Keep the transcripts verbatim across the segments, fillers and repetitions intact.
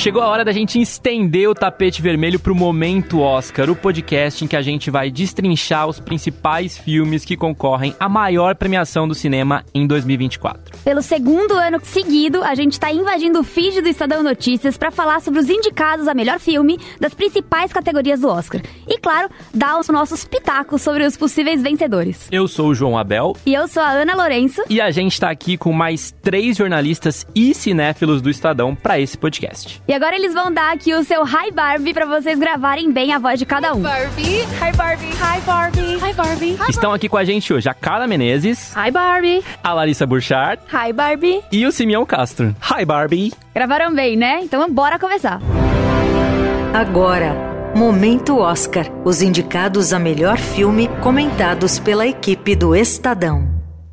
Chegou a hora da gente estender o tapete vermelho pro Momento Oscar, o podcast em que a gente vai destrinchar os principais filmes que concorrem à maior premiação do cinema em dois mil e vinte e quatro. Pelo segundo ano seguido, a gente tá invadindo o feed do Estadão Notícias pra falar sobre os indicados a melhor filme das principais categorias do Oscar. E, claro, dar os nossos pitacos sobre os possíveis vencedores. Eu sou o João Abel. E eu sou a Ana Lourenço. E a gente tá aqui com mais três jornalistas e cinéfilos do Estadão pra esse podcast. E agora eles vão dar aqui o seu Hi Barbie pra vocês gravarem bem a voz de cada um. Hi Barbie, Hi Barbie, Hi Barbie, Hi Barbie. Hi Estão aqui com a gente hoje a Carla Menezes. Hi Barbie. A Larissa Burchard. Hi Barbie. E o Simeão Castro. Hi Barbie. Gravaram bem, né? Então bora começar. Agora, Momento Oscar. Os indicados a melhor filme comentados pela equipe do Estadão.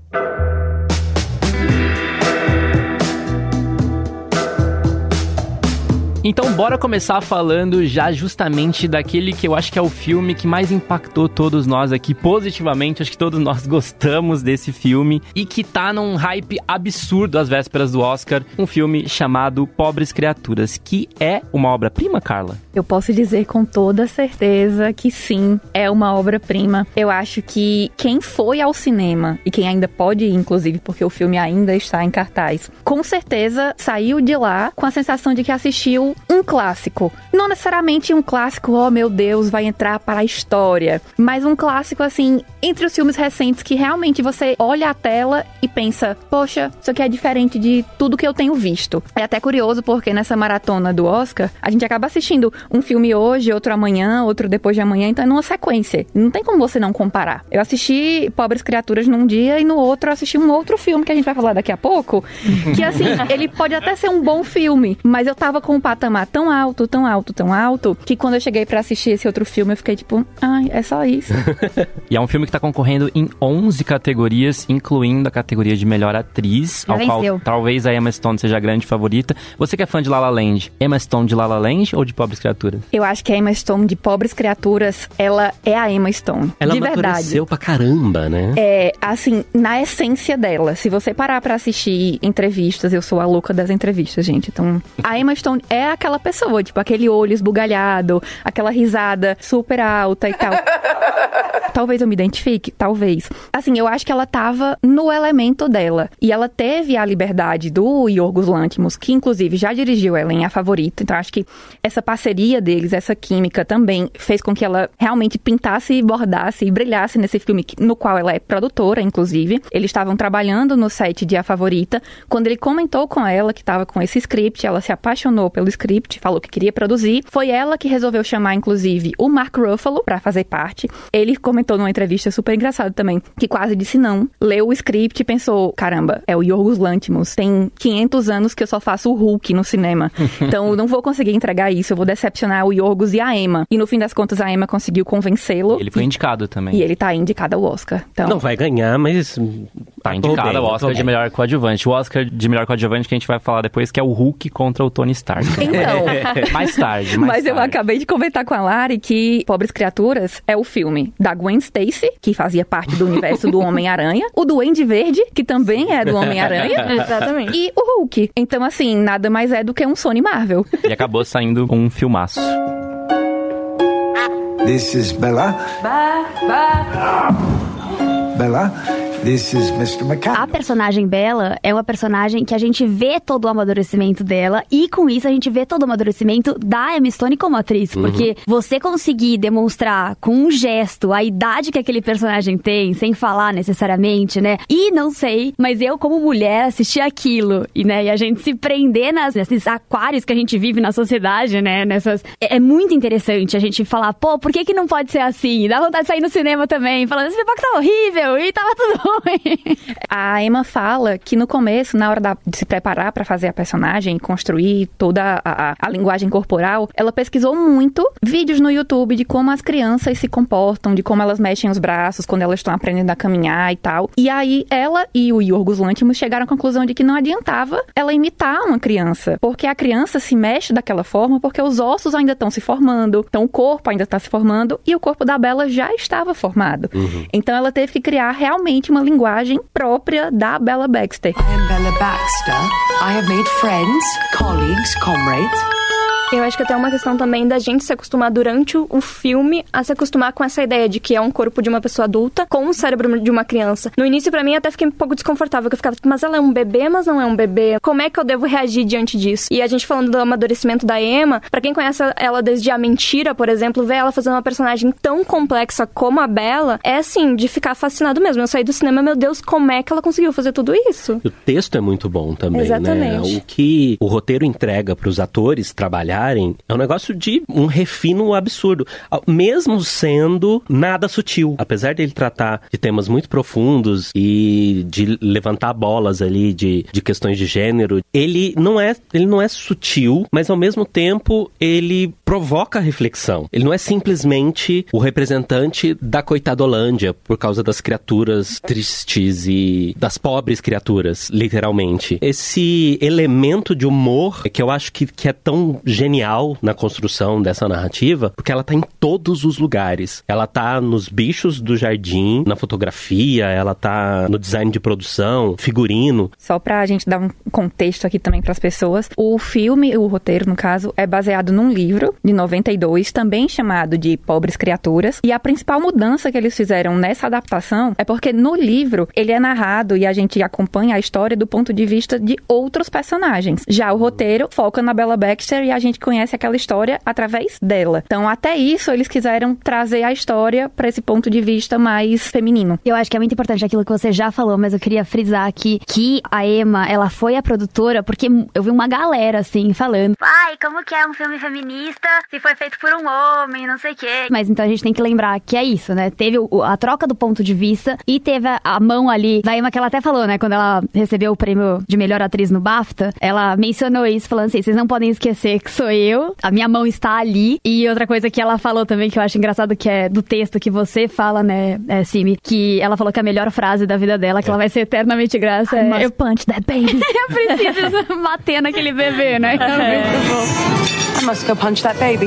Então bora começar falando já justamente daquele que eu acho que é o filme que mais impactou todos nós aqui positivamente. Acho que todos nós gostamos desse filme e que tá num hype absurdo às vésperas do Oscar. Um filme chamado Pobres Criaturas, que é uma obra-prima, Carla? Eu posso dizer com toda certeza que sim, é uma obra-prima. Eu acho que quem foi ao cinema e quem ainda pode ir, inclusive porque o filme ainda está em cartaz, com certeza saiu de lá com a sensação de que assistiu um clássico. Não necessariamente um clássico, oh meu Deus, vai entrar para a história, mas um clássico assim, entre os filmes recentes que realmente você olha a tela e pensa, poxa, isso aqui é diferente de tudo que eu tenho visto. É até curioso porque nessa maratona do Oscar, a gente acaba assistindo um filme hoje, outro amanhã, outro depois de amanhã, então é numa sequência. Não tem como você não comparar. Eu assisti Pobres Criaturas num dia e no outro eu assisti um outro filme que a gente vai falar daqui a pouco, que assim, ele pode até ser um bom filme, mas eu tava com o patamar tão alto, tão alto, tão alto, que quando eu cheguei pra assistir esse outro filme, eu fiquei tipo, ai, é só isso. E é um filme que tá concorrendo em onze categorias, incluindo a categoria de melhor atriz, Já ao venceu. qual talvez a Emma Stone seja a grande favorita. Você que é fã de La La Land, Emma Stone de La La Land ou de Pobres Criaturas? Eu acho que a Emma Stone de Pobres Criaturas, ela é a Emma Stone, ela de verdade. amadureceu pra caramba, né? É, assim, na essência dela, se você parar pra assistir entrevistas, eu sou a louca das entrevistas, gente, então a Emma Stone é aquela pessoa, tipo, aquele olho esbugalhado, aquela risada super alta e tal. Talvez eu me identifique, talvez. Assim, eu acho que ela tava no elemento dela. E ela teve a liberdade do Yorgos Lanthimos, que inclusive já dirigiu ela em A Favorita. Então acho que essa parceria deles, essa química também fez com que ela realmente pintasse, bordasse e brilhasse nesse filme, no qual ela é produtora, inclusive. Eles estavam trabalhando no set de A Favorita. Quando ele comentou com ela que estava com esse script, ela se apaixonou pelo script, falou que queria produzir. Foi ela que resolveu chamar, inclusive, o Mark Ruffalo pra fazer parte. Ele comentou numa entrevista super engraçada também, que quase disse não. Leu o script e pensou, caramba, é o Yorgos Lanthimos. Tem quinhentos anos que eu só faço o Hulk no cinema. Então eu não vou conseguir entregar isso, eu vou decepcionar o Yorgos e a Emma. E no fim das contas a Emma conseguiu convencê-lo. Ele foi e, indicado também. E ele tá indicado ao Oscar. Então, Não vai ganhar, mas... Tá indicado bem, ao Oscar de bem. melhor coadjuvante. O Oscar de melhor coadjuvante que a gente vai falar depois, que é o Hulk contra o Tony Stark. Então, mais tarde, mais mas eu tarde. acabei de comentar com a Lari que Pobres Criaturas é o filme da Gwen Stacy, que fazia parte do universo do Homem-Aranha, o Duende Verde, que também é do Homem-Aranha, Exatamente. e o Hulk. Então, assim, nada mais é do que um Sony Marvel. E acabou saindo com um filmaço. This is Bella. Bah, bah. Bella, this is mister McCann. A personagem Bella é uma personagem que a gente vê todo o amadurecimento dela e com isso a gente vê todo o amadurecimento da Emma Stone como atriz, porque você conseguir demonstrar com um gesto a idade que aquele personagem tem, sem falar necessariamente, né? E não sei, mas eu como mulher assistir aquilo e, né, e a gente se prender nas, nesses aquários que a gente vive na sociedade, né? Nessas, é, é muito interessante a gente falar, pô, por que que não pode ser assim? Dá vontade de sair no cinema também, falando, esse pipoca tá horrível e tava tudo ruim. A Emma fala que no começo, na hora da, de se preparar pra fazer a personagem, construir toda a, a, a linguagem corporal, ela pesquisou muito vídeos no YouTube de como as crianças se comportam, de como elas mexem os braços quando elas estão aprendendo a caminhar e tal. E aí ela e o Yorgos Lanthimos chegaram à conclusão de que não adiantava ela imitar uma criança, porque a criança se mexe daquela forma porque os ossos ainda estão se formando, então o corpo ainda está se formando e o corpo da Bella já estava formado. Uhum. Então ela teve que criar realmente uma linguagem própria da Bella Baxter. I am Bella Baxter. I have made friends, colleagues, comrades. Eu acho que até é uma questão também da gente se acostumar durante o filme a se acostumar com essa ideia de que é um corpo de uma pessoa adulta com o cérebro de uma criança. No início, pra mim, até fiquei um pouco desconfortável, que eu ficava, mas ela é um bebê, mas não é um bebê. Como é que eu devo reagir diante disso? E a gente falando do amadurecimento da Emma, pra quem conhece ela desde A Mentira, por exemplo, ver ela fazendo uma personagem tão complexa como a Bella, é assim, de ficar fascinado mesmo. Eu saí do cinema, meu Deus, como é que ela conseguiu fazer tudo isso? O texto é muito bom também, Exatamente. né? O que o roteiro entrega pros atores trabalharem é um negócio de um refino absurdo. Mesmo sendo nada sutil. Apesar dele tratar de temas muito profundos e de levantar bolas ali de, de questões de gênero, ele não é, ele não é sutil, mas ao mesmo tempo ele provoca reflexão. Ele não é simplesmente o representante da coitadolândia por causa das criaturas tristes e das pobres criaturas, literalmente. Esse elemento de humor que eu acho que, que é tão genial na construção dessa narrativa, porque ela tá em todos os lugares. Ela tá nos bichos do jardim, na fotografia, ela tá no design de produção, figurino. Só pra gente dar um contexto aqui também pras pessoas, o filme, o roteiro no caso, é baseado num livro de noventa e dois, também chamado de Pobres Criaturas, e a principal mudança que eles fizeram nessa adaptação é porque no livro ele é narrado e a gente acompanha a história do ponto de vista de outros personagens. Já o roteiro foca na Bella Baxter e a gente conhece aquela história através dela. Então até isso eles quiseram trazer a história pra esse ponto de vista mais feminino. Eu acho que é muito importante aquilo que você já falou, mas eu queria frisar aqui que a Emma, ela foi a produtora porque eu vi uma galera, assim, falando, ai, como que é um filme feminista se foi feito por um homem, não sei o quê. Mas então a gente tem que lembrar que é isso, né? Teve o, a troca do ponto de vista e teve a, a mão ali da Emma, que ela até falou, né? Quando ela recebeu o prêmio de melhor atriz no BAFTA, ela mencionou isso, falando assim, vocês não podem esquecer que sou eu, a minha mão está ali. E outra coisa que ela falou também, que eu acho engraçado, que é do texto que você fala, né, é, Simi, que ela falou que a melhor frase da vida dela, que ela vai ser eternamente graça, é... must punch that baby. Eu preciso bater naquele bebê, né? É muito bom. I must go punch that baby.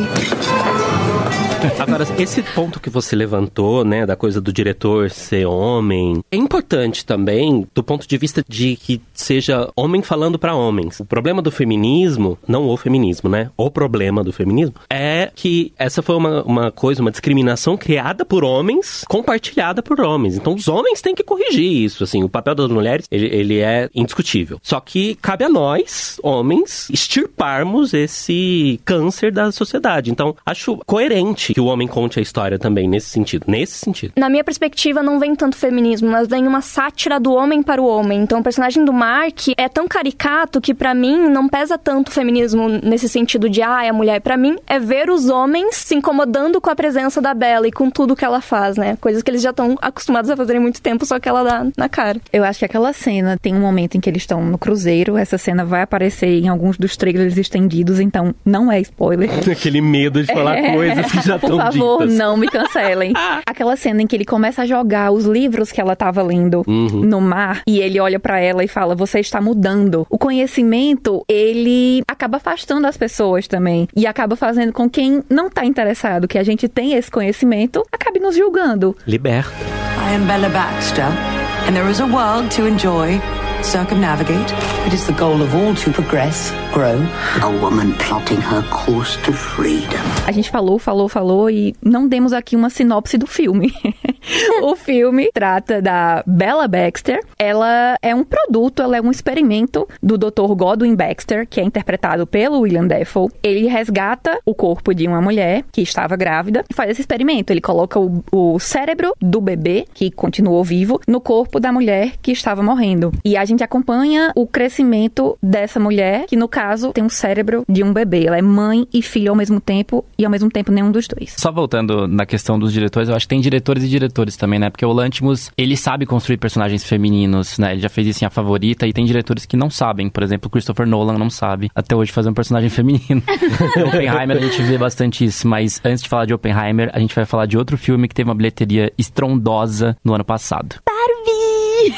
Agora, esse ponto que você levantou, né, da coisa do diretor ser homem, é importante também do ponto de vista de que seja homem falando pra homens. O problema do feminismo, não o feminismo, né, o problema do feminismo, é que essa foi uma, uma coisa, uma discriminação criada por homens, compartilhada por homens. Então, os homens têm que corrigir isso, assim, o papel das mulheres, ele, ele é indiscutível. Só que cabe a nós, homens, extirparmos esse câncer da sociedade. Então, acho coerente que o homem conte a história também nesse sentido. Nesse sentido. Na minha perspectiva, não vem tanto feminismo, mas vem uma sátira do homem para o homem. Então, o personagem do Mark é tão caricato que, pra mim, não pesa tanto o feminismo nesse sentido de, ah, é a mulher. Pra mim, é ver os homens se incomodando com a presença da Bella e com tudo que ela faz, né? Coisas que eles já estão acostumados a fazerem há muito tempo, só que ela dá na cara. Eu acho que aquela cena, tem um momento em que eles estão no cruzeiro, essa cena vai aparecer em alguns dos trailers estendidos, então não é spoiler. Aquele medo de falar é. coisas que já estão Por favor, ditas. Não me cancelem. Aquela cena em que ele começa a jogar os livros que ela estava lendo uhum. no mar, e ele olha pra ela e fala, você está mudando. O conhecimento, ele acaba afastando as pessoas também, e acaba fazendo com quem não tá interessado, que a gente tem esse conhecimento, acabe nos julgando. Liberta. I am Bella Baxter, and there is a world to enjoy. Circumnavigate. It is the goal of all to progress, grow. A woman plotting her course to freedom. A gente falou, falou, falou e não demos aqui uma sinopse do filme. O filme trata da Bella Baxter. Ela é um produto, ela é um experimento do doutor Godwin Baxter, que é interpretado pelo William Dafoe. Ele resgata o corpo de uma mulher que estava grávida e faz esse experimento. Ele coloca o, o cérebro do bebê, que continuou vivo, no corpo da mulher que estava morrendo. E a gente acompanha o crescimento dessa mulher, que no caso tem um cérebro de um bebê. Ela é mãe e filha ao mesmo tempo, e ao mesmo tempo nenhum dos dois. Só voltando na questão dos diretores, eu acho que tem diretores e diretores também, né? Porque o Lanthimos, ele sabe construir personagens femininos, né? Ele já fez isso em A Favorita, e tem diretores que não sabem. Por exemplo, o Christopher Nolan não sabe até hoje fazer um personagem feminino. Oppenheimer, a gente vê bastante isso, mas antes de falar de Oppenheimer, a gente vai falar de outro filme que teve uma bilheteria estrondosa no ano passado. Barbie!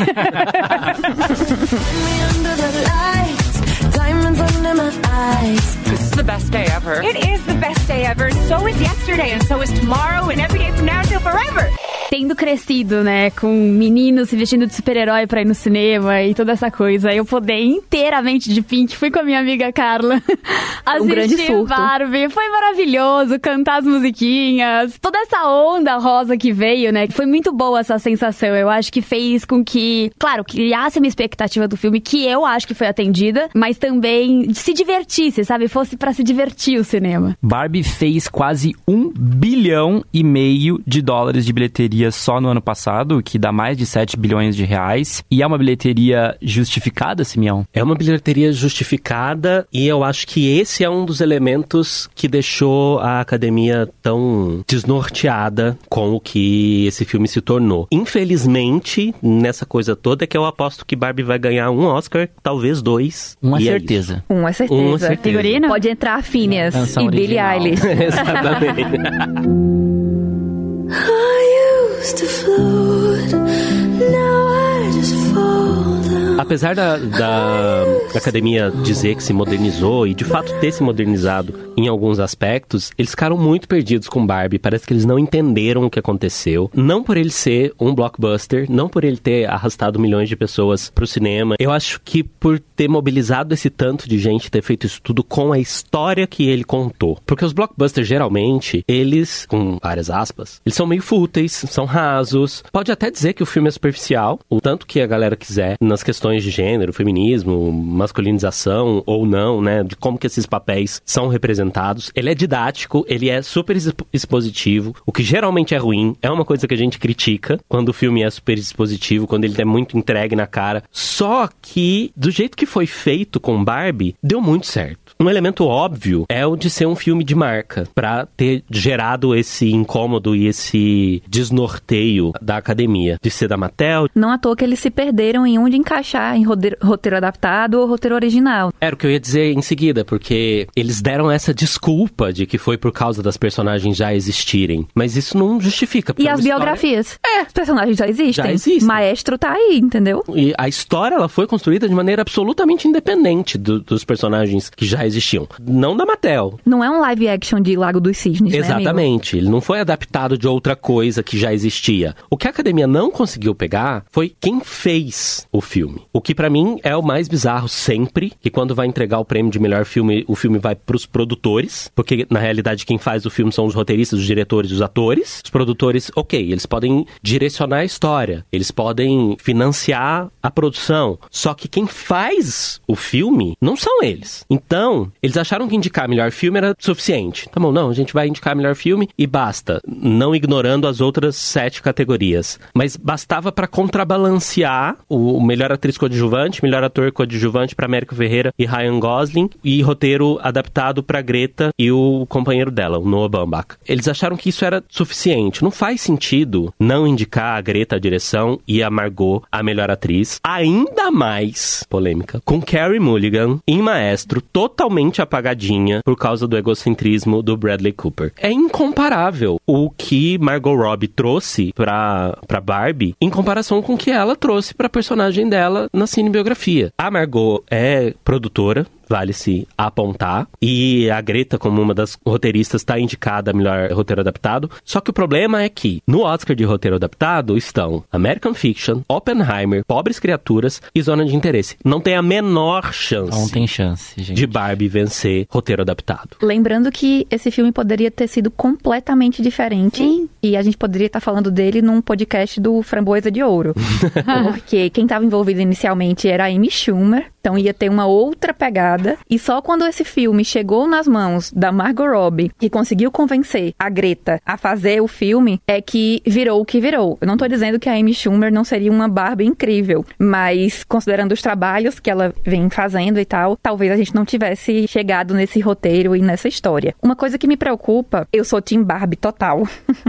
This is the best day ever. It is the best day ever. So is yesterday, and so is tomorrow, and every day from now until forever. tendo crescido, né, com meninos se vestindo de super-herói pra ir no cinema e toda essa coisa, eu poder inteiramente de Pink, fui com a minha amiga Carla assistir um grande surto. Barbie, foi maravilhoso, cantar as musiquinhas, toda essa onda rosa que veio, né, foi muito boa essa sensação, eu acho que fez com que, claro, criasse uma expectativa do filme que eu acho que foi atendida, mas também se divertisse, sabe, fosse pra se divertir o cinema. Barbie fez quase um bilhão e meio de dólares de bilheteria só no ano passado, que dá mais de sete bilhões de reais, e é uma bilheteria justificada, Simeão? É uma bilheteria justificada, e eu acho que esse é um dos elementos que deixou a academia tão desnorteada com o que esse filme se tornou. Infelizmente, nessa coisa toda, é que eu aposto que Barbie vai ganhar um Oscar, talvez dois. Uma e certeza. É uma certeza. Uma certeza. Figurino? Pode entrar Phineas Canção e Billie original. Eilish. Exatamente. I used to float, now I just fall down. Apesar da, da academia dizer que se modernizou e de fato ter se modernizado em alguns aspectos, eles ficaram muito perdidos com Barbie. Parece que eles não entenderam o que aconteceu. Não por ele ser um blockbuster, não por ele ter arrastado milhões de pessoas pro cinema. Eu acho que por ter mobilizado esse tanto de gente, ter feito isso tudo com a história que ele contou. Porque os blockbusters, geralmente, eles, com várias aspas, eles são meio fúteis, são rasos. Pode até dizer que o filme é superficial, o tanto que a galera quiser, nas questões de gênero, feminismo, masculinização ou não, né, de como que esses papéis são representados. Ele é didático, ele é super expositivo, o que geralmente é ruim, é uma coisa que a gente critica quando o filme é super expositivo, quando ele é muito entregue na cara. Só que, do jeito que foi feito com Barbie, deu muito certo. Um elemento óbvio é o de ser um filme de marca, pra ter gerado esse incômodo e esse desnorteio da academia, de ser da Mattel. Não à toa que eles se perderam em onde encaixar, em roteiro, roteiro adaptado ou roteiro original. Era o que eu ia dizer em seguida, porque eles deram essa desculpa de que foi por causa das personagens já existirem. Mas isso não justifica. E é as história... biografias? É. Os personagens já existem. Já existem. Maestro tá aí, entendeu? E a história, ela foi construída de maneira absolutamente independente do, dos personagens que já existiam. Não da Mattel. Não é um live action de Lago dos Cisnes, Exatamente. né, Ele não foi adaptado de outra coisa que já existia. O que a academia não conseguiu pegar foi quem fez o filme. O que pra mim é o mais bizarro sempre, que quando vai entregar o prêmio de melhor filme, o filme vai pros produtores, porque na realidade quem faz o filme são os roteiristas, os diretores e os atores. Os produtores, ok, eles podem direcionar a história, eles podem financiar a produção, só que quem faz o filme não são eles. Então, eles acharam que indicar melhor filme era suficiente. Tá bom, não, a gente vai indicar melhor filme e basta, não ignorando as outras sete categorias. Mas bastava pra contrabalancear o melhor atriz coadjuvante, melhor ator coadjuvante pra Américo Ferreira e Ryan Gosling, e roteiro adaptado pra Greta e o companheiro dela, o Noah Baumbach. Eles acharam que isso era suficiente. Não faz sentido não indicar a Greta a direção e a Margot a melhor atriz. Ainda mais polêmica, com Carey Mulligan em Maestro, totalmente apagadinha por causa do egocentrismo do Bradley Cooper. É incomparável o que Margot Robbie trouxe pra, pra Barbie em comparação com o que ela trouxe pra personagem dela na cinebiografia. A Margot é produtora, vale-se apontar, e a Greta, como uma das roteiristas, está indicada a melhor roteiro adaptado. Só que o problema é que no Oscar de roteiro adaptado estão American Fiction, Oppenheimer, Pobres Criaturas e Zona de Interesse. Não tem a menor chance. Não tem chance, gente. De Barbie vencer roteiro adaptado. Lembrando que esse filme poderia ter sido completamente diferente. Sim. E a gente poderia estar falando dele num podcast do Framboesa de Ouro. Porque quem estava envolvido inicialmente era a Amy Schumer. Então ia ter uma outra pegada. E só quando esse filme chegou nas mãos da Margot Robbie, que conseguiu convencer a Greta a fazer o filme, é que virou o que virou. Eu não tô dizendo que a Amy Schumer não seria uma Barbie incrível, mas considerando os trabalhos que ela vem fazendo e tal, talvez a gente não tivesse chegado nesse roteiro e nessa história. Uma coisa que me preocupa, eu sou Team Barbie total.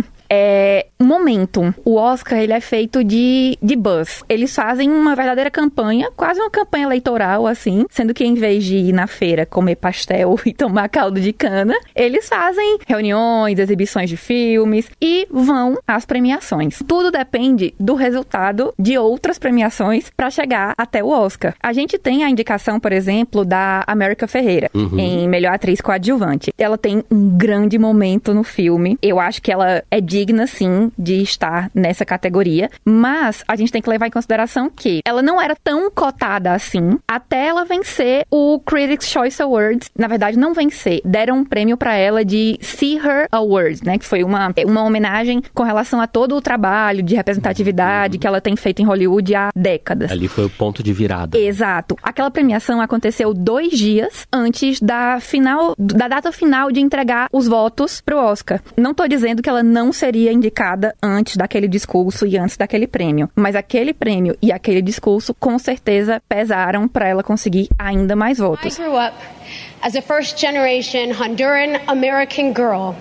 É um momento. O Oscar, ele é feito de, de buzz. Eles fazem uma verdadeira campanha, quase uma campanha eleitoral, assim, sendo que em vez de ir na feira comer pastel e tomar caldo de cana, eles fazem reuniões, exibições de filmes e vão às premiações. Tudo depende do resultado de outras premiações para chegar até o Oscar. A gente tem a indicação, por exemplo, da América Ferreira, uhum. em Melhor Atriz Coadjuvante. Ela tem um grande momento no filme. Eu acho que ela é de digna, sim, de estar nessa categoria. Mas a gente tem que levar em consideração que ela não era tão cotada assim até ela vencer o Critics' Choice Awards. Na verdade, não vencer. Deram um prêmio pra ela de See Her Awards, né? Que foi uma, uma homenagem com relação a todo o trabalho de representatividade que ela tem feito em Hollywood há décadas. Ali foi o ponto de virada. Exato. Aquela premiação aconteceu dois dias antes da final, da data final de entregar os votos pro Oscar. Não tô dizendo que ela não seria indicada antes daquele discurso e antes daquele prêmio, mas aquele prêmio e aquele discurso com certeza pesaram pra ela conseguir ainda mais votos. I grew up as a first generation Honduran American girl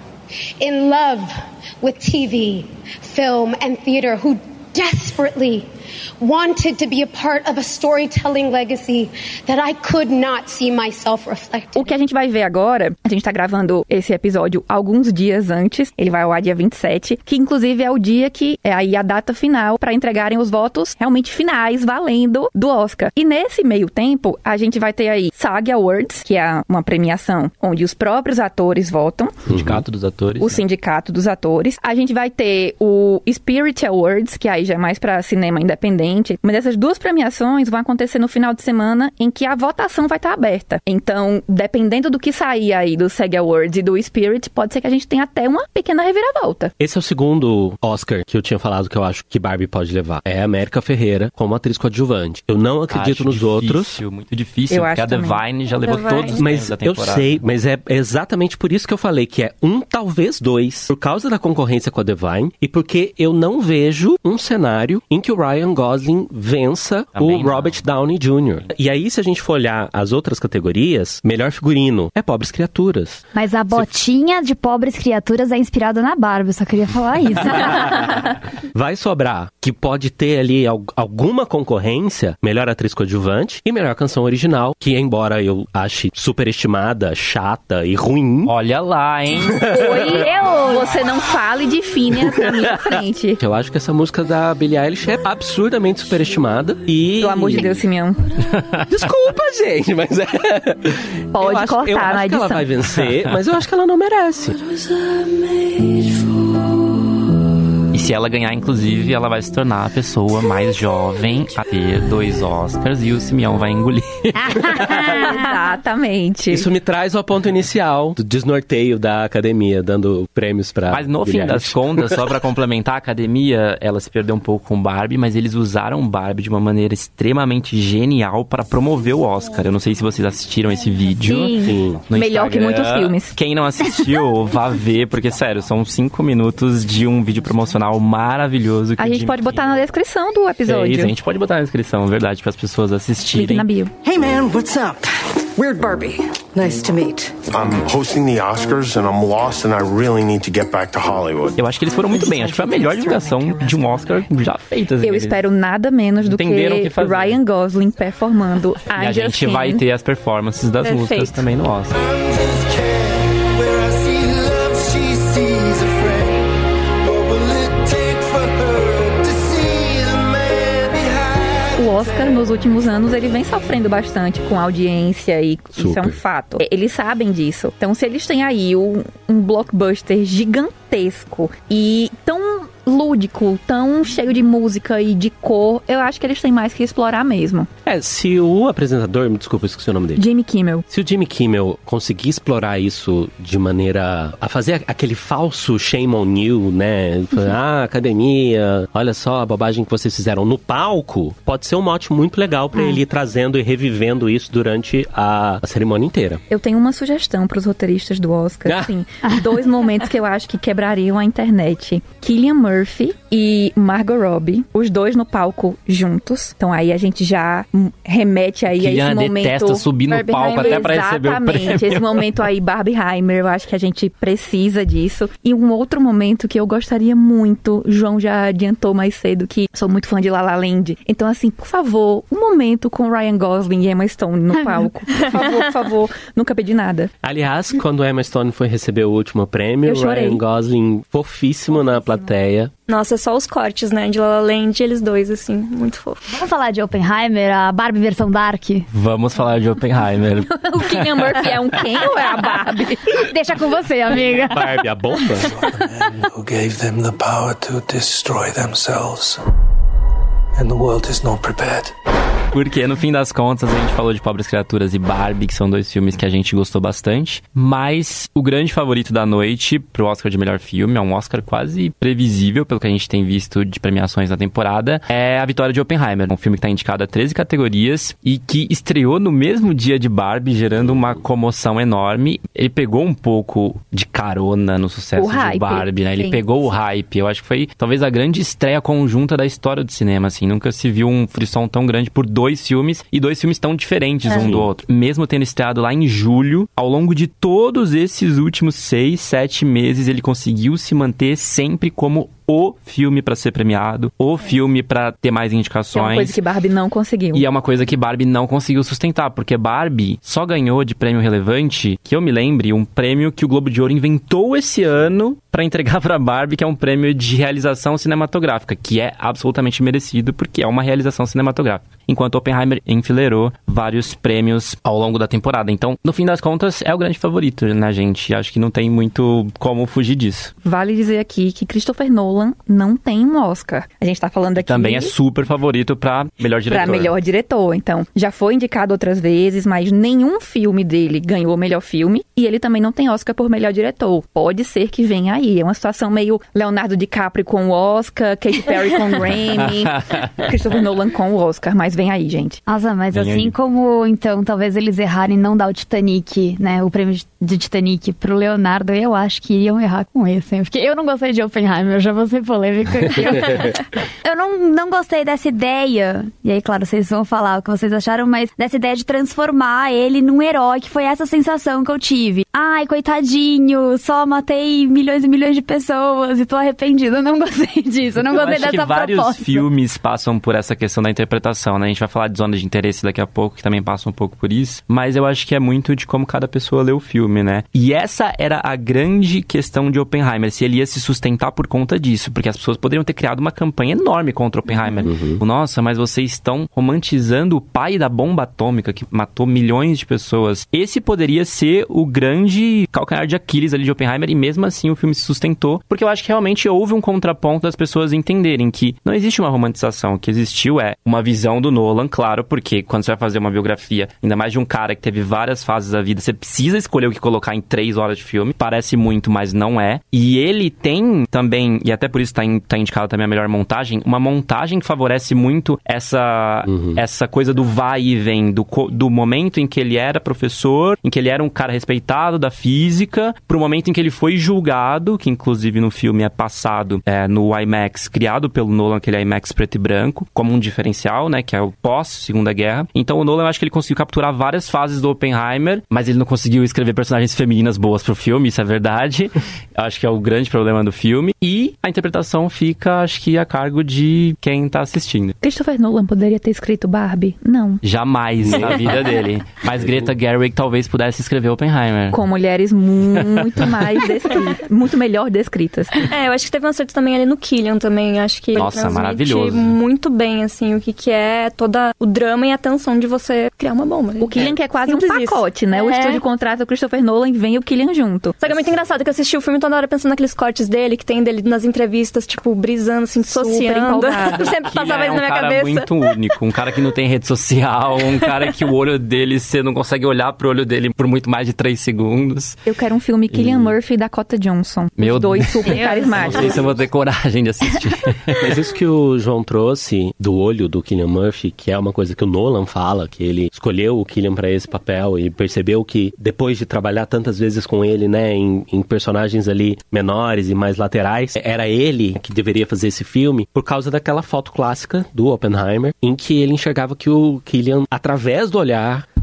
in love with T V, film and theater who desperately wanted to be a part of a storytelling legacy that I could not see myself reflected. O que a gente vai ver agora, a gente tá gravando esse episódio alguns dias antes, ele vai ao ar dia vinte e sete, que inclusive é o dia que é aí a data final para entregarem os votos realmente finais, valendo, do Oscar. E nesse meio tempo, a gente vai ter aí SAG Awards, que é uma premiação onde os próprios atores votam. Sindicato dos atores. O né? Sindicato dos Atores. A gente vai ter o Spirit Awards, que aí já é mais pra cinema independente. Mas essas duas premiações vão acontecer no final de semana em que a votação vai estar aberta. Então, dependendo do que sair aí do SAG Awards e do Spirit, pode ser que a gente tenha até uma pequena reviravolta. Esse é o segundo Oscar que eu tinha falado que eu acho que Barbie pode levar. É a América Ferreira como atriz coadjuvante. Eu não acredito acho nos difícil, outros. Muito difícil, eu porque acho a Divine já levou Divine. todos os Mas prêmios da eu temporada. sei, mas é exatamente por isso que eu falei que é um, talvez dois, por causa da concorrência com a Divine e porque eu não vejo um cenário em que o Ryan Gosling vença Também o Robert não. Downey Júnior E aí, se a gente for olhar as outras categorias, melhor figurino é Pobres Criaturas. Mas a botinha de Pobres Criaturas é inspirada na Barbie, eu só queria falar isso. Vai sobrar que pode ter ali al- alguma concorrência, melhor atriz coadjuvante e melhor canção original, que embora eu ache superestimada, chata e ruim, Olha lá, hein? Oi, eu! Você não fale de Phineas na minha frente. eu acho que essa música da Billie Eilish é absurdamente superestimada e... Pelo amor de Deus, Simeão. Desculpa, gente, mas é... Pode eu acho, cortar eu na acho que edição. ela vai vencer, mas eu acho que ela não merece. Was I made for? E se ela ganhar, inclusive, ela vai se tornar a pessoa mais jovem a ter dois Oscars e o Simeão vai engolir. Exatamente. Isso me traz ao ponto inicial do desnorteio da academia, dando prêmios pra... Mas no Billie fim das Eilish. contas, só pra complementar, a academia, ela se perdeu um pouco com Barbie, mas eles usaram Barbie de uma maneira extremamente genial pra promover o Oscar. Eu não sei se vocês assistiram esse vídeo. Sim. Sim. No Melhor que Instagram. muitos filmes. Quem não assistiu, vá ver, porque, sério, são cinco minutos de um vídeo promocional maravilhoso. Que A o gente Jimmy pode botar Kimmel na descrição do episódio. fez. A gente pode botar na descrição, verdade, para as pessoas Link assistirem. na bio. Hey man, what's up? Weird Barbie. Nice to meet. I'm hosting the Oscars and I'm lost and I really need to get back to Hollywood. Eu acho que eles foram muito bem. Acho que foi a melhor divulgação de um Oscar já feita. assim. Eu Eles espero nada menos do que, entenderam o que fazer. Ryan Gosling performando E a I'm gente Just vai King. ter as performances das Perfeito. músicas também no Oscar. O Oscar, nos últimos anos, ele vem sofrendo bastante com audiência e isso é um Super. fato. Eles sabem disso. Então, se eles têm aí um, um blockbuster gigantesco e tão lúdico, tão cheio de música e de cor, eu acho que eles têm mais que explorar mesmo. É, se o apresentador, me desculpa, eu esqueci o nome dele. Jimmy Kimmel. Se o Jimmy Kimmel conseguir explorar isso de maneira a fazer aquele falso shame on you, né? Ah, academia, olha só a bobagem que vocês fizeram no palco, pode ser um mote muito legal pra É. ele ir trazendo e revivendo isso durante a, a cerimônia inteira. Eu tenho uma sugestão pros roteiristas do Oscar, Ah. assim, dois momentos que eu acho que quebrariam a internet. Cillian Murphy e Margot Robbie, os dois no palco juntos. Então aí a gente já hum, remete aí a Cillian esse momento... detesta subir no Barbie palco Heimer. até pra receber o Exatamente, prêmio. esse momento aí, Barbieheimer, eu acho que a gente precisa disso. E um outro momento que eu gostaria muito, o João já adiantou mais cedo que sou muito fã de La La Land. Então assim, por favor, um momento com Ryan Gosling e Emma Stone no palco. Por favor, por favor, nunca pedi nada. Aliás, quando Emma Stone foi receber o último prêmio, Eu chorei. Ryan Gosling fofíssimo na plateia. Nossa, é só os cortes, né? De La La Land, eles dois, assim, muito fofo. Vamos falar de Oppenheimer, a Barbie versão Dark? Vamos falar de Oppenheimer. O Cillian Murphy é um Ken ou é a Barbie? Deixa com você, amiga. Barbie, a bomba? Who gave them the power to destroy themselves. And the world is not prepared. Porque, no fim das contas, a gente falou de Pobres Criaturas e Barbie, que são dois filmes que a gente gostou bastante. Mas o grande favorito da noite pro Oscar de melhor filme, é um Oscar quase previsível, pelo que a gente tem visto de premiações na temporada, é a vitória de Oppenheimer. Um filme que tá indicado a treze categorias e que estreou no mesmo dia de Barbie, gerando uma comoção enorme. Ele pegou um pouco de carona no sucesso o hype, de Barbie, né? Ele sim. pegou o hype. Eu acho que foi, talvez, a grande estreia conjunta da história do cinema, assim. Nunca se viu um frisson tão grande por dois filmes, e dois filmes tão diferentes é. um do outro. Mesmo tendo estreado lá em julho, ao longo de todos esses últimos seis, sete meses, ele conseguiu se manter sempre como o filme pra ser premiado, o filme pra ter mais indicações. É uma coisa que Barbie não conseguiu. E é uma coisa que Barbie não conseguiu sustentar, porque Barbie só ganhou de prêmio relevante, que eu me lembre, um prêmio que o Globo de Ouro inventou esse ano pra entregar pra Barbie, que é um prêmio de realização cinematográfica, que é absolutamente merecido, porque é uma realização cinematográfica. Enquanto Oppenheimer enfileirou vários prêmios ao longo da temporada. Então, no fim das contas, é o grande favorito, né, gente? Acho que não tem muito como fugir disso. Vale dizer aqui que Christopher Nolan não tem um Oscar. A gente tá falando aqui... Também é super favorito pra melhor diretor. Pra melhor diretor. Então, já foi indicado outras vezes, mas nenhum filme dele ganhou o melhor filme. E ele também não tem Oscar por melhor diretor. Pode ser que venha aí. É uma situação meio Leonardo DiCaprio com o Oscar, Katy Perry com o Grammy, Christopher Nolan com o Oscar. Mas vem aí, gente. Nossa, mas vem assim aí. Como, então, talvez eles errarem em não dar o Titanic, né? O prêmio de Titanic pro Leonardo, eu acho que iriam errar com esse. Hein? Porque eu não gostei de Oppenheimer, eu já vou ser polêmica aqui. Eu não, não gostei dessa ideia, e aí, claro, vocês vão falar o que vocês acharam, mas dessa ideia de transformar ele num herói, que foi essa sensação que eu tive. Ai, coitadinho, só matei milhões e milhões de pessoas e tô arrependida. Eu não gostei disso, eu não eu gostei acho dessa que vários proposta. filmes passam por essa questão da interpretação, né? A gente vai falar de Zona de Interesse daqui a pouco, que também passa um pouco por isso, mas eu acho que é muito de como cada pessoa lê o filme, né? E essa era a grande questão de Oppenheimer, se ele ia se sustentar por conta disso, porque as pessoas poderiam ter criado uma campanha enorme contra Oppenheimer. Uhum. Nossa, mas vocês estão romantizando o pai da bomba atômica que matou milhões de pessoas. Esse poderia ser o grande calcanhar de Aquiles ali de Oppenheimer, e mesmo assim o filme se sustentou, porque eu acho que realmente houve um contraponto das pessoas entenderem que não existe uma romantização, o que existiu é uma visão do Nolan, claro, porque quando você vai fazer uma biografia, ainda mais de um cara que teve várias fases da vida, você precisa escolher o que colocar em três horas de filme, parece muito, mas não é, e ele tem também, e até por isso tá, in, tá indicado também a melhor montagem, uma montagem que favorece muito essa, uhum. essa coisa do vai e vem, do, do momento em que ele era professor, em que ele era um cara respeitado da física, pro momento em que ele foi julgado, que inclusive no filme é passado é, no IMAX, criado pelo Nolan, aquele IMAX preto e branco, como um diferencial, né, que é o pós-Segunda Guerra. Então o Nolan, eu acho que ele conseguiu capturar várias fases do Oppenheimer, mas ele não conseguiu escrever personagens femininas boas pro filme, isso é verdade. Eu acho que é o grande problema do filme. E a interpretação fica, acho que, a cargo de quem tá assistindo. Christopher Nolan poderia ter escrito Barbie? Não. Jamais na vida dele. Mas Greta Gerwig talvez pudesse escrever Oppenheimer. Com mulheres muito mais descritas, muito melhor descritas. É, eu acho que teve um acerto também ali no Cillian também. Acho que Nossa, ele maravilhoso. muito bem, assim, o que, que é toda o drama e a tensão de você criar uma bomba. O Cillian é, que é quase um pacote, pacote, né? É. O estúdio contrata o Christopher Nolan e vem o Cillian junto. Só que é muito engraçado que eu assisti o filme toda hora pensando naqueles cortes dele, que tem dele nas entrevistas, tipo, brisando, assim, dissociando. Sempre passava isso é um na minha cara cabeça. Muito único, um cara que não tem rede social, um cara que o olho dele, você não consegue olhar pro olho dele por muito mais de três segundos. Eu quero um filme Cillian e... Murphy e Dakota Johnson. Meu Os dois super carismáticos. Não sei se eu vou ter coragem de assistir. Mas isso que o João trouxe do olho do Cillian Murphy, que é uma coisa que o Nolan fala, que ele escolheu o Cillian pra esse papel e percebeu que depois de trabalhar tantas vezes com ele, né, em, em personagens ali menores e mais laterais, era ele que deveria fazer esse filme por causa daquela foto clássica do Oppenheimer, em que ele enxergava que o Cillian, através do olhar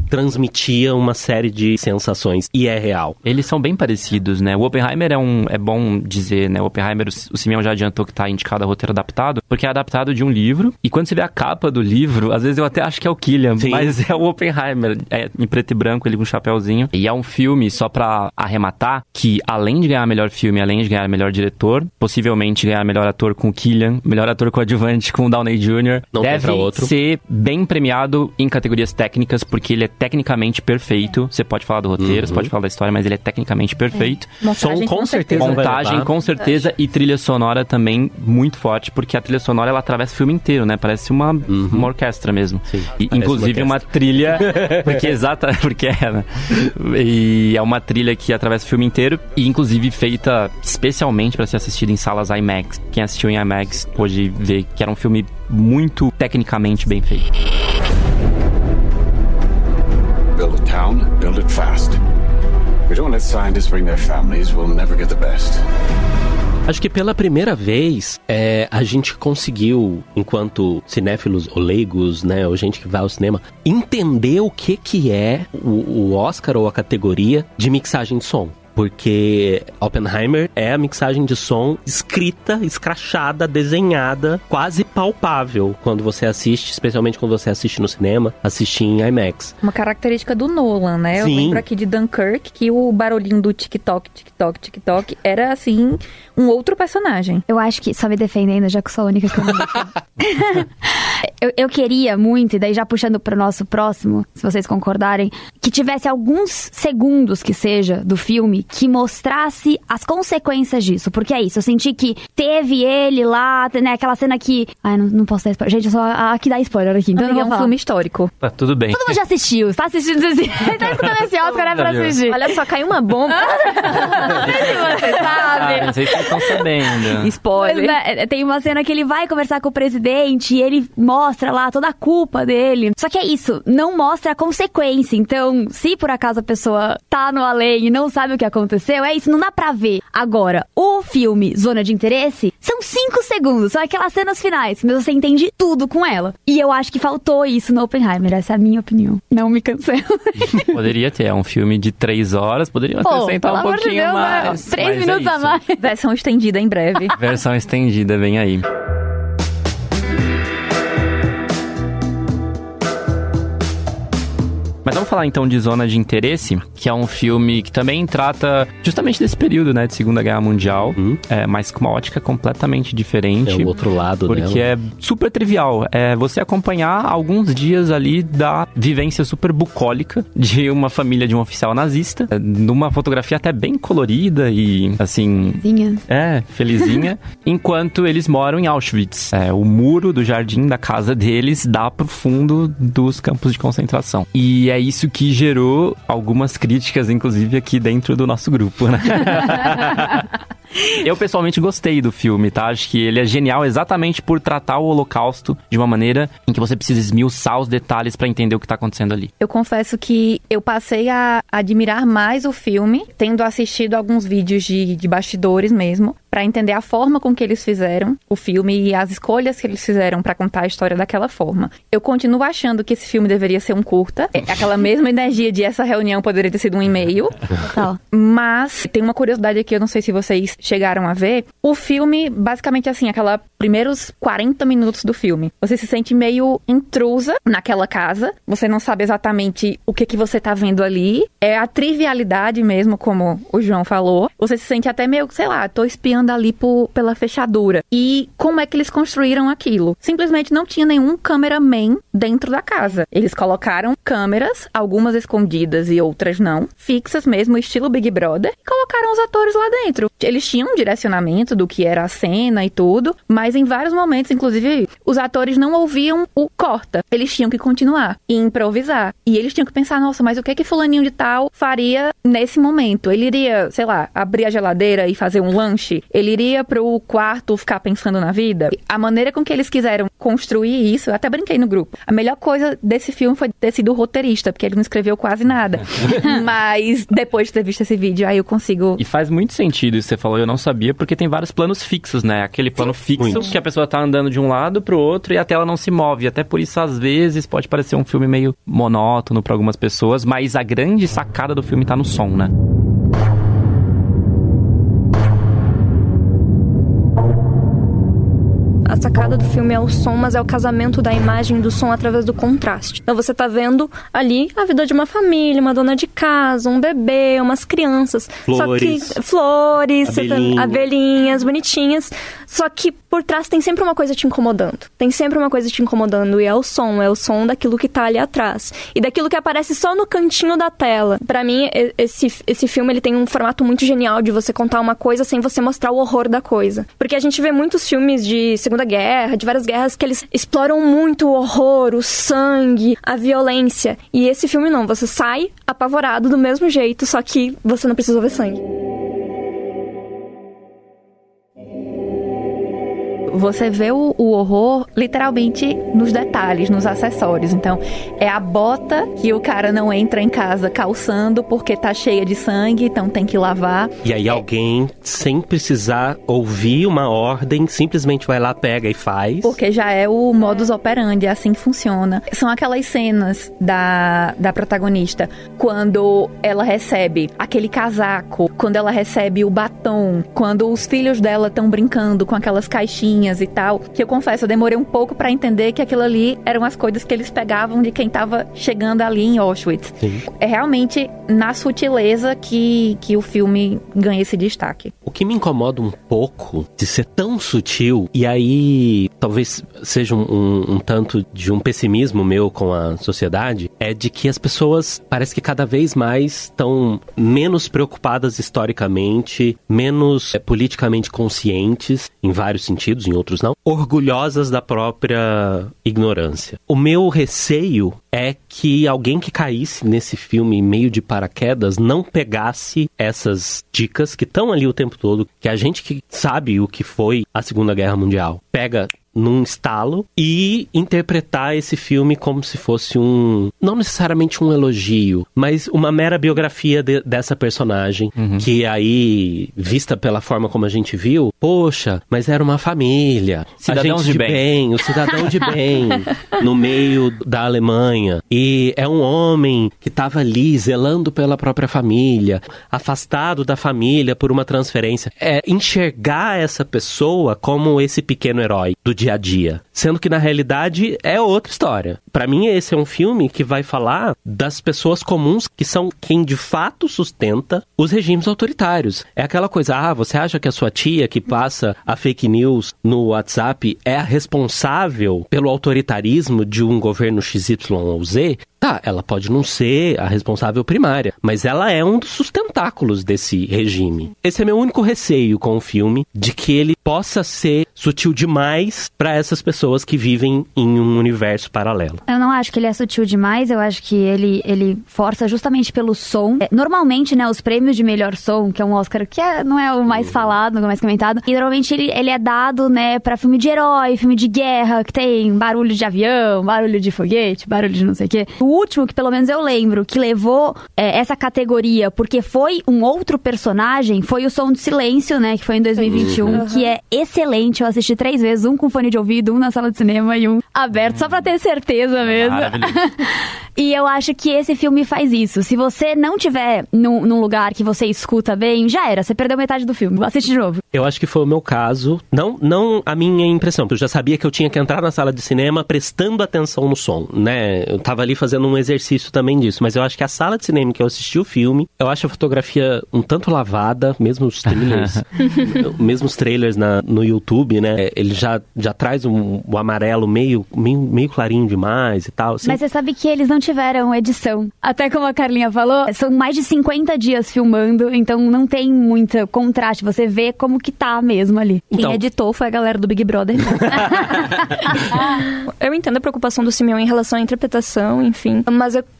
transmitia uma série de sensações, e é real. Eles são bem parecidos, né? O Oppenheimer é um, é bom dizer, né? O Oppenheimer, o, o Simeão já adiantou que tá indicado a roteiro adaptado, porque é adaptado de um livro, e quando você vê a capa do livro, às vezes eu até acho que é o Killian, Sim. mas é o Oppenheimer, é em preto e branco, ele com um chapéuzinho, e é um filme, só pra arrematar, que além de ganhar melhor filme, além de ganhar melhor diretor, possivelmente ganhar melhor ator com o Killian, melhor ator coadjuvante com o Downey júnior, Não deve outro. ser bem premiado em categorias técnicas, porque ele é tecnicamente perfeito. Você pode falar do roteiro, uhum. você pode falar da história, mas ele é tecnicamente perfeito. É. Montagem, com, com certeza. Montagem, com certeza, e trilha sonora também muito forte, porque a trilha sonora, ela atravessa o filme inteiro, né? Parece uma, uhum. uma orquestra mesmo. Sim, e, inclusive uma, uma trilha, porque exata, porque é, né? E é uma trilha que atravessa o filme inteiro, e inclusive feita especialmente para ser assistida em salas IMAX. Quem assistiu em IMAX pôde ver que era um filme muito tecnicamente bem feito. Build a town, build it fast. If we don't let scientists bring their families, we'll never get the best. Acho que pela primeira vez, é, a gente conseguiu, enquanto cinéfilos ou leigos, né, ou gente que vai ao cinema, entender o que que é o, o Oscar ou a categoria de mixagem de som. Porque Oppenheimer é a mixagem de som escrita, escrachada, desenhada, quase palpável quando você assiste, especialmente quando você assiste no cinema, assiste em IMAX. Uma característica do Nolan, né? Sim. Eu lembro aqui de Dunkirk que o barulhinho do tic-toc, tic-toc, tic-toc era, assim, um outro personagem. Eu acho que, só me defendendo, já que sou a única que eu não eu, eu queria muito, e daí já puxando pro nosso próximo, se vocês concordarem, que tivesse alguns segundos que seja do filme que mostrasse as consequências disso. Porque é isso, eu senti que teve ele lá, né, aquela cena que... Ai, não, não posso dar spoiler. Gente, eu só aqui dá spoiler aqui, então eu não vou é um falar. filme histórico. Tá tudo bem. Todo mundo já assistiu, tá assistindo, tá escutando esse Oscar, é pra assistir. Olha só, caiu uma bomba. Não sei se você sabe. Ah, não sei se vocês estão sabendo. Spoiler. Mas, né, tem uma cena que ele vai conversar com o presidente e ele mostra lá toda a culpa dele. Só que é isso, não mostra a consequência. Então, se por acaso a pessoa tá no além e não sabe o que aconteceu, é isso, não dá pra ver. Agora, o filme Zona de Interesse são cinco segundos, são aquelas cenas finais, mas você entende tudo com ela. E eu acho que faltou isso no Oppenheimer, essa é a minha opinião. Não me cancela. Poderia ter, é um filme de três horas, poderia acrescentar um pouquinho de Deus, mais. Né? Três minutos é a mais. Versão estendida em breve. Versão estendida, vem aí. Mas vamos falar então de Zona de Interesse, que é um filme que também trata justamente desse período, né, de Segunda Guerra Mundial, hum. é, mas com uma ótica completamente diferente. É o outro lado porque dela. Porque é super trivial. É você acompanhar alguns dias ali da vivência super bucólica de uma família de um oficial nazista, numa fotografia até bem colorida e, assim... Felizinha. É, felizinha. Enquanto eles moram em Auschwitz. É, o muro do jardim da casa deles dá pro fundo dos campos de concentração. E é É isso que gerou algumas críticas, inclusive, aqui dentro do nosso grupo, né? Eu, pessoalmente, gostei do filme, tá? Acho que ele é genial exatamente por tratar o Holocausto de uma maneira em que você precisa esmiuçar os detalhes pra entender o que tá acontecendo ali. Eu confesso que eu passei a admirar mais o filme, tendo assistido alguns vídeos de, de bastidores mesmo, pra entender a forma com que eles fizeram o filme e as escolhas que eles fizeram pra contar a história daquela forma. Eu continuo achando que esse filme deveria ser um curta. É aquela mesma energia de essa reunião poderia ter sido um e-mail. Total. Mas tem uma curiosidade aqui, eu não sei se vocês chegaram a ver. O filme, basicamente assim, aquela primeiros quarenta minutos do filme, você se sente meio intrusa naquela casa. Você não sabe exatamente o que que você tá vendo ali. É a trivialidade mesmo, como o João falou. Você se sente até meio, sei lá, tô espiando ali por, pela fechadura. E como é que eles construíram aquilo? Simplesmente não tinha nenhum cameraman dentro da casa. Eles colocaram câmeras, algumas escondidas e outras não, fixas mesmo, estilo Big Brother, e colocaram os atores lá dentro. Eles tinham um direcionamento do que era a cena e tudo, mas em vários momentos, inclusive, os atores não ouviam o corta. Eles tinham que continuar e improvisar. E eles tinham que pensar, nossa, mas o que é que fulaninho de tal faria nesse momento? Ele iria, sei lá, abrir a geladeira e fazer um lanche? Ele iria pro quarto ficar pensando na vida? A maneira com que eles quiseram construir isso, eu até brinquei no grupo. A melhor coisa desse filme foi ter sido o roteirista, porque ele não escreveu quase nada. Mas depois de ter visto esse vídeo, aí eu consigo... E faz muito sentido isso que você falou, eu não sabia, porque tem vários planos fixos, né? Aquele plano Sim, fixo muito. que a pessoa tá andando de um lado pro outro e a tela não se move. Até por isso, às vezes, pode parecer um filme meio monótono pra algumas pessoas, mas a grande sacada do filme tá no som, né? A sacada do filme é o som, mas é o casamento da imagem e do som através do contraste. Então você tá vendo ali a vida de uma família, uma dona de casa, um bebê, umas crianças. Flores. Só que, flores, abelhinhas. Tá, abelhinhas, bonitinhas. Só que por trás tem sempre uma coisa te incomodando. Tem sempre uma coisa te incomodando. E é o som, é o som daquilo que tá ali atrás. E daquilo que aparece só no cantinho da tela. Pra mim, esse, esse filme ele tem um formato muito genial de você contar uma coisa sem você mostrar o horror da coisa. Porque a gente vê muitos filmes de Segunda Guerra, de várias guerras, que eles exploram muito o horror, o sangue, a violência. E esse filme não, você sai apavorado do mesmo jeito, só que você não precisa ver sangue. Você vê o, o horror literalmente nos detalhes, nos acessórios. Então, é a bota que o cara não entra em casa calçando porque tá cheia de sangue, então tem que lavar. E aí alguém, sem precisar ouvir uma ordem, simplesmente vai lá, pega e faz. Porque já é o modus operandi, é assim que funciona. São aquelas cenas da, da protagonista, quando ela recebe aquele casaco, quando ela recebe o batom, quando os filhos dela estão brincando com aquelas caixinhas e tal, que eu confesso, eu demorei um pouco pra entender que aquilo ali eram as coisas que eles pegavam de quem tava chegando ali em Auschwitz. Sim. É realmente na sutileza que, que o filme ganha esse destaque. O que me incomoda um pouco de ser tão sutil, e aí talvez seja um, um, um tanto de um pessimismo meu com a sociedade, é de que as pessoas parece que cada vez mais estão menos preocupadas historicamente, menos é, politicamente conscientes, em vários sentidos, em outros não, orgulhosas da própria ignorância. O meu receio é que alguém que caísse nesse filme meio de paraquedas não pegasse essas dicas que estão ali o tempo todo, que a gente que sabe o que foi a Segunda Guerra Mundial pega num estalo e interpretar esse filme como se fosse um, não necessariamente um elogio, mas uma mera biografia de, dessa personagem, uhum. que aí, vista pela forma como a gente viu, poxa, mas era uma família, cidadão a gente de bem. bem, o cidadão de bem, no meio da Alemanha, e é um homem que estava ali zelando pela própria família, afastado da família por uma transferência. É enxergar essa pessoa como esse pequeno herói do dia a dia, sendo que na realidade é outra história. Pra mim esse é um filme que vai falar das pessoas comuns que são quem de fato sustenta os regimes autoritários. É aquela coisa, ah, você acha que a sua tia que passa a fake news no WhatsApp é a responsável pelo autoritarismo de um governo X Y ou Z? Tá, ela pode não ser a responsável primária, mas ela é um dos sustentáculos desse regime. Esse é meu único receio com o filme, de que ele possa ser sutil demais para essas pessoas que vivem em um universo paralelo. Eu não acho que ele é sutil demais, eu acho que ele, ele força justamente pelo som. É, normalmente, né, os prêmios de melhor som, que é um Oscar que é, não é o mais falado, não é o mais comentado, e normalmente ele, ele é dado, né, pra filme de herói, filme de guerra, que tem barulho de avião, barulho de foguete, barulho de não sei o quê. O último, que pelo menos eu lembro, que levou é, essa categoria porque foi um outro personagem, foi o Som do Silêncio, né, que foi em dois mil e vinte e um, uhum. que é excelente. Eu assisti três vezes, um com fone de ouvido, um na sala de cinema e um aberto, só pra ter certeza mesmo. E eu acho que esse filme faz isso. Se você não tiver num, num lugar que você escuta bem, já era, você perdeu metade do filme. Assiste de novo. Eu acho que foi o meu caso, não, não a minha impressão, porque eu já sabia que eu tinha que entrar na sala de cinema prestando atenção no som, né? Eu tava ali fazendo um exercício também disso, mas eu acho que a sala de cinema que eu assisti o filme, eu acho a fotografia um tanto lavada, mesmo os trailers, mesmo os trailers na, no YouTube, né? Ele já, já traz um, um amarelo meio, meio, meio clarinho demais e tal. Assim. Mas você sabe que eles não tiveram edição. Até como a Carlinha falou, são mais de cinquenta dias filmando, então não tem muito contraste. Você vê como que tá mesmo ali. Então... Quem editou foi a galera do Big Brother. Eu entendo a preocupação do Simeão em relação à interpretação, enfim. Mas eu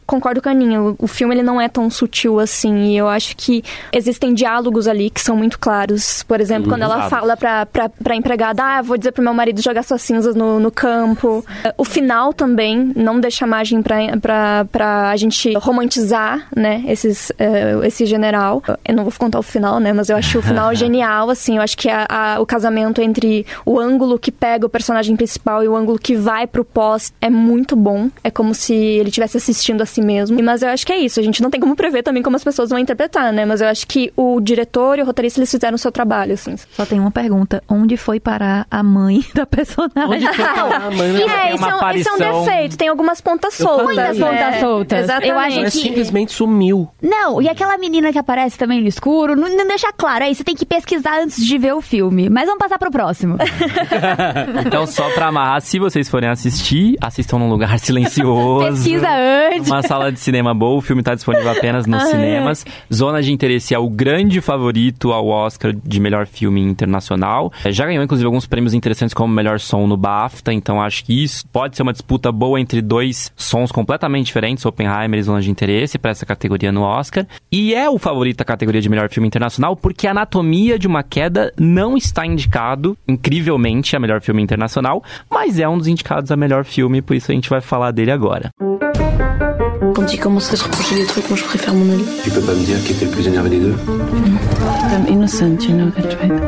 concordo com a Aninha, o, o filme ele não é tão sutil assim, e eu acho que existem diálogos ali que são muito claros. Por exemplo, hum, quando ela exato. fala pra, pra, pra empregada, ah, vou dizer pro meu marido jogar suas cinzas no, no campo. O final também não deixa margem pra, pra, pra a gente romantizar, né, esses, uh, esse general. Eu não vou contar o final, né, mas eu acho o final genial, assim, eu acho que a, a, o casamento entre o ângulo que pega o personagem principal e o ângulo que vai pro pós é muito bom. É como se ele estivesse assistindo a si mesmo. Mas eu acho que é isso, a gente não tem como prever também como as pessoas vão interpretar, né, mas eu acho que o diretor e o roteirista, eles fizeram o seu trabalho, assim. Só tem uma pergunta, onde foi parar a mãe da personagem? Onde foi parar a mãe? É, isso, é um, isso é um defeito, tem algumas pontas soltas. Muitas pontas é, soltas. Exatamente. Eu acho Ela que... simplesmente sumiu. Não, e aquela menina que aparece também no escuro, não, não deixa claro, aí você tem que pesquisar antes de ver o filme. Mas vamos passar pro próximo. Então, só pra amarrar, se vocês forem assistir, assistam num lugar silencioso. Pesquisa antes. Uma sala de cinema boa, o filme tá disponível apenas nos ah, cinemas. É. Zona de Interesse é o grande favorito ao Oscar de melhor filme internacional. Já ganhou, inclusive, alguns prêmios interessantes como melhor som no BAFTA, então acho que isso pode ser uma disputa boa entre dois sons completamente diferentes, Oppenheimer e Zona de Interesse, para essa categoria no Oscar. E é o favorito da categoria de melhor filme internacional porque Anatomia de uma Queda não está indicado, incrivelmente, a melhor filme internacional, mas é um dos indicados a melhor filme, por isso a gente vai falar dele agora. Quand il commence à se reprocher des trucs, moi je préfère mon avis. Tu peux pas me dire qui était le plus énervé des deux? I'm innocent, you know that, right?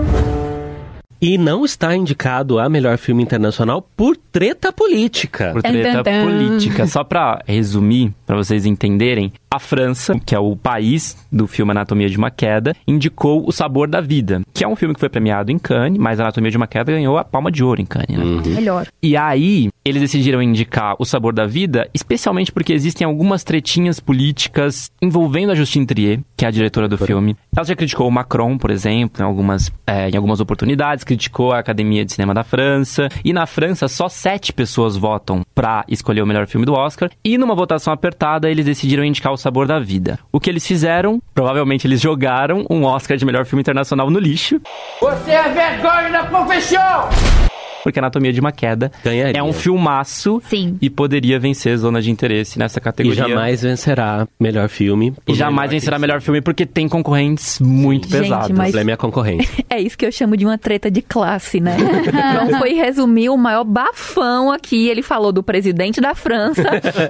E não está indicado a melhor filme internacional por treta política. Por treta política. Só pra resumir, pra vocês entenderem, a França, que é o país do filme Anatomia de uma Queda, indicou O Sabor da Vida, que é um filme que foi premiado em Cannes, mas Anatomia de uma Queda ganhou a Palma de Ouro em Cannes, né? Uhum. Melhor. E aí, eles decidiram indicar O Sabor da Vida, especialmente porque existem algumas tretinhas políticas envolvendo a Justine Triet, que é a diretora do filme. Ela já criticou o Macron, por exemplo, em algumas, é, em algumas oportunidades, criticou a Academia de Cinema da França, e na França só sete pessoas votam pra escolher o melhor filme do Oscar, e numa votação apertada eles decidiram indicar O Sabor da Vida. O que eles fizeram? Provavelmente eles jogaram um Oscar de melhor filme internacional no lixo. Você é vergonha da profissão! Porque Anatomia de uma Queda ganharia. É um filmaço. Sim. E poderia vencer Zona de Interesse nessa categoria. E jamais vencerá melhor filme. E jamais vencerá melhor filme porque tem concorrentes muito Gente, pesados. mas... é minha concorrente. É isso que eu chamo de uma treta de classe, né? João foi resumir o maior bafão aqui. Ele falou do presidente da França,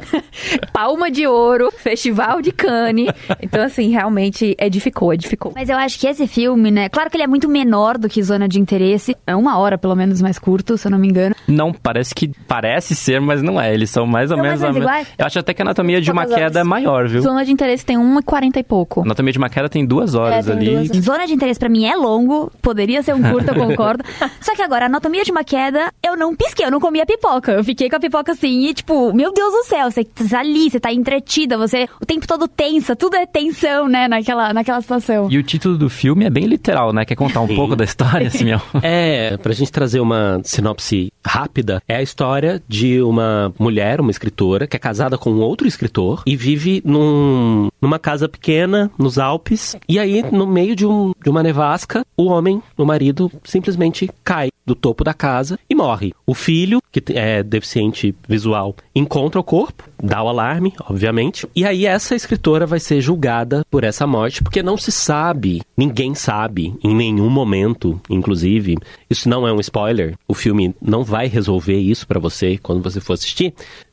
Palma de Ouro, Festival de Cannes. Então, assim, realmente edificou, edificou. Mas eu acho que esse filme, né? Claro que ele é muito menor do que Zona de Interesse. É uma hora, pelo menos, mais curto, se eu não me engano. Não, parece que parece ser, mas não é. Eles são mais ou são menos... Mais ou menos eu acho até que a Anatomia de uma Queda é maior, viu? Zona de Interesse tem uma e quarenta e pouco. Anatomia de uma Queda tem duas horas é, tem ali. Duas... Zona de Interesse pra mim é longo, poderia ser um curto, eu concordo. Só que agora, Anatomia de uma Queda, eu não pisquei, eu não comi a pipoca. Eu fiquei com a pipoca assim e tipo, meu Deus do céu, você tá ali, você tá entretida, você o tempo todo tensa, tudo é tensão, né, naquela, naquela situação. E o título do filme é bem literal, né? Quer contar um pouco da história, Simeão? É, pra gente trazer uma sinopse rápida, é a história de uma mulher, uma escritora, que é casada com um outro escritor e vive num, numa casa pequena nos Alpes. E aí, no meio de, um, de uma nevasca, o homem, o marido, simplesmente cai do topo da casa e morre. O filho, que é deficiente visual, encontra o corpo, dá o alarme, obviamente. E aí essa escritora vai ser julgada por essa morte, porque não se sabe, ninguém sabe, em nenhum momento, inclusive, isso não é um spoiler, o filme não vai resolver isso pra você quando você for assistir,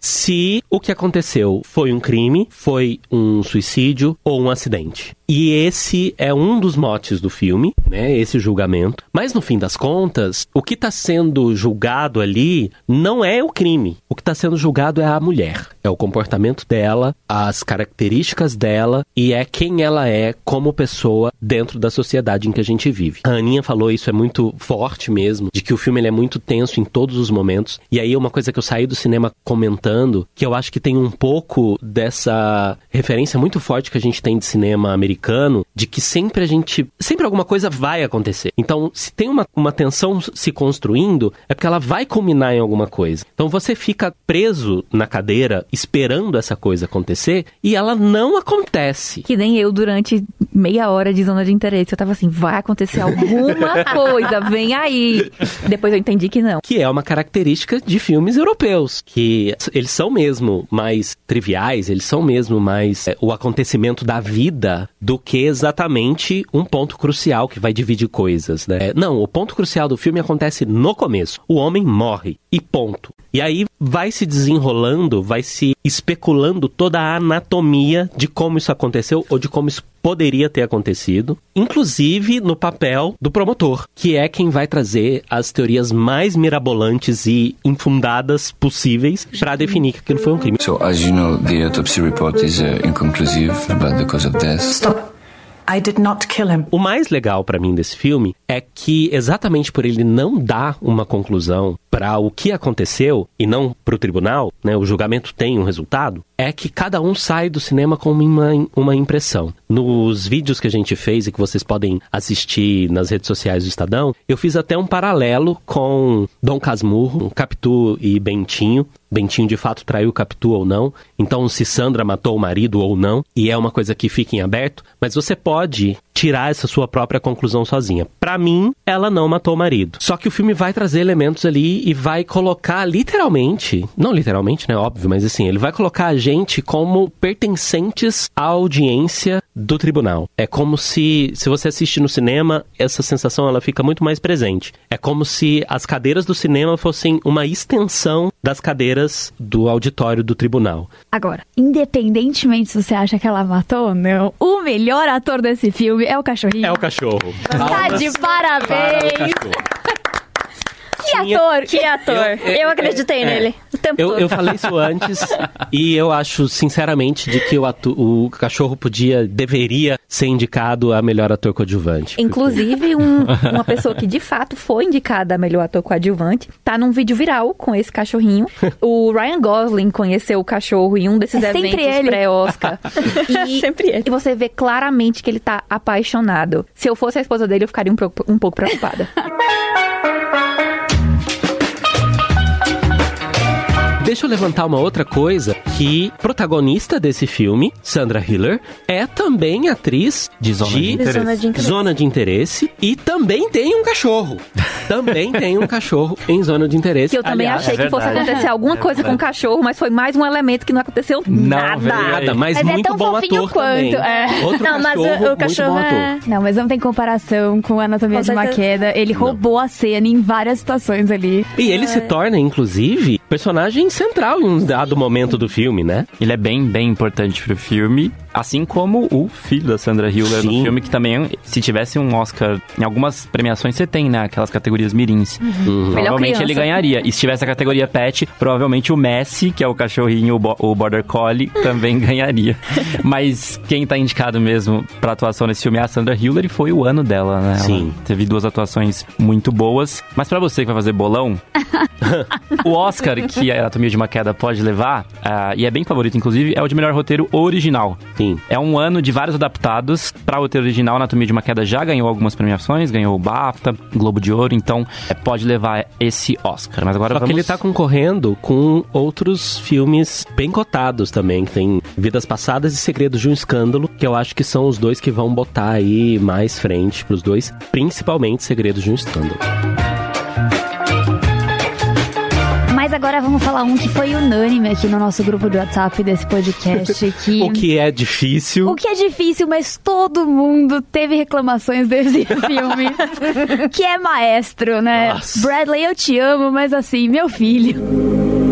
se o que aconteceu foi um crime, foi um suicídio ou um acidente. E esse é um dos motes do filme, né, esse julgamento. Mas no fim das contas, o que está sendo julgado ali não é o crime. O que está sendo julgado é a mulher. É o comportamento dela, as características dela e é quem ela é como pessoa dentro da sociedade em que a gente vive. A Aninha falou isso, é muito forte mesmo, de que o filme ele é muito tenso em todos os momentos. E aí uma coisa que eu saí do cinema comentando, que eu acho que tem um pouco dessa referência muito forte que a gente tem de cinema americano, de que sempre a gente... sempre alguma coisa vai acontecer. Então, se tem uma, uma tensão se construindo, é porque ela vai culminar em alguma coisa. Então você fica preso na cadeira esperando essa coisa acontecer e ela não acontece. Que nem eu durante meia hora de Zona de Interesse. Eu tava assim, vai acontecer alguma coisa, vem aí. Depois eu entendi que não. Que é uma característica de filmes europeus, que eles são mesmo mais triviais, eles são mesmo mais é, o acontecimento da vida do que exatamente um ponto crucial que vai dividir coisas, né? Não, o ponto crucial do filme acontece no começo. O homem morre e ponto. E aí vai se desenrolando, vai se especulando toda a anatomia de como isso aconteceu ou de como isso poderia ter acontecido, inclusive no papel do promotor, que é quem vai trazer as teorias mais mirabolantes e infundadas possíveis para definir que aquilo foi um crime. So, as you know, the autopsy report is uh, inconclusive about the cause of death. Stop. I did not kill him. O mais legal pra mim desse filme é que exatamente por ele não dar uma conclusão para o que aconteceu e não pro tribunal, né, o julgamento tem um resultado, é que cada um sai do cinema com uma, uma impressão. Nos vídeos que a gente fez e que vocês podem assistir nas redes sociais do Estadão, eu fiz até um paralelo com Dom Casmurro, Capitu e Bentinho. Bentinho de fato traiu Capitu ou não, então se Sandra matou o marido ou não, e é uma coisa que fica em aberto, mas você pode tirar essa sua própria conclusão sozinha. Pra mim, ela não matou o marido. Só que o filme vai trazer elementos ali e vai colocar literalmente, não literalmente, né, óbvio, mas assim, ele vai colocar a gente como pertencentes à audiência do tribunal. É como se, se você assiste no cinema, essa sensação ela fica muito mais presente. É como se as cadeiras do cinema fossem uma extensão das cadeiras do auditório do tribunal. Agora, independentemente se você acha que ela matou ou não, o melhor ator desse filme é o cachorrinho. É o cachorro. Tá de parabéns! Que ator! Que ator! Eu, eu, eu acreditei é, nele o tempo eu, todo. Eu falei isso antes e eu acho, sinceramente, de que o, atu, o cachorro podia, deveria ser indicado a melhor ator coadjuvante. Inclusive, porque... um, uma pessoa que de fato foi indicada a melhor ator coadjuvante tá num vídeo viral com esse cachorrinho. O Ryan Gosling conheceu o cachorro em um desses é eventos pré-Oscar. E, sempre ele. E você vê claramente que ele tá apaixonado. Se eu fosse a esposa dele, eu ficaria um, um pouco preocupada. Deixa eu levantar uma outra coisa, que protagonista desse filme, Sandra Hüller, é também atriz de Zona de, de, interesse. Zona de Interesse. Zona de Interesse e também tem um cachorro. Também tem um cachorro em Zona de Interesse. Que eu também Aliás, achei é que fosse acontecer alguma é coisa com o cachorro, mas foi mais um elemento que não aconteceu não, nada. Nada, mas, mas muito é tão bom fofinho ator quanto, também. É. Outro não, mas cachorro, o, o cachorro muito bom é... ator. Não, mas não tem comparação com Anatomia de uma Queda. Ele roubou não. a cena em várias situações ali. E ele é. se torna, inclusive, personagem central em um dado momento do filme, né? Ele é bem, bem importante pro filme, assim como o filho da Sandra Hüller no filme, que também, se tivesse um Oscar, em algumas premiações você tem, né? Aquelas categorias mirins. Uhum. Provavelmente ele ganharia. E se tivesse a categoria Pet, provavelmente o Messi, que é o cachorrinho, o, bo- o Border Collie, também ganharia. Mas quem tá indicado mesmo pra atuação nesse filme é a Sandra Hüller e foi o ano dela, né? Sim. Ela teve duas atuações muito boas. Mas pra você que vai fazer bolão, o Oscar que a Anatomia de uma Queda pode levar, uh, e é bem favorito inclusive, é o de melhor roteiro original. Sim. É um ano de vários adaptados. Pra roteiro original, Anatomia de uma Queda já ganhou algumas premiações, ganhou o BAFTA, Globo de Ouro, então é, pode levar esse Oscar. Mas agora Só vamos... que ele tá concorrendo com outros filmes bem cotados também, que tem Vidas Passadas e Segredos de um Escândalo, que eu acho que são os dois que vão botar aí mais frente pros dois, principalmente Segredos de um Escândalo. Mas agora vamos falar um que foi unânime aqui no nosso grupo de WhatsApp desse podcast. Que... o que é difícil. O que é difícil, mas todo mundo teve reclamações desse filme. Que é Maestro, né? Nossa. Bradley, eu te amo, mas assim, meu filho...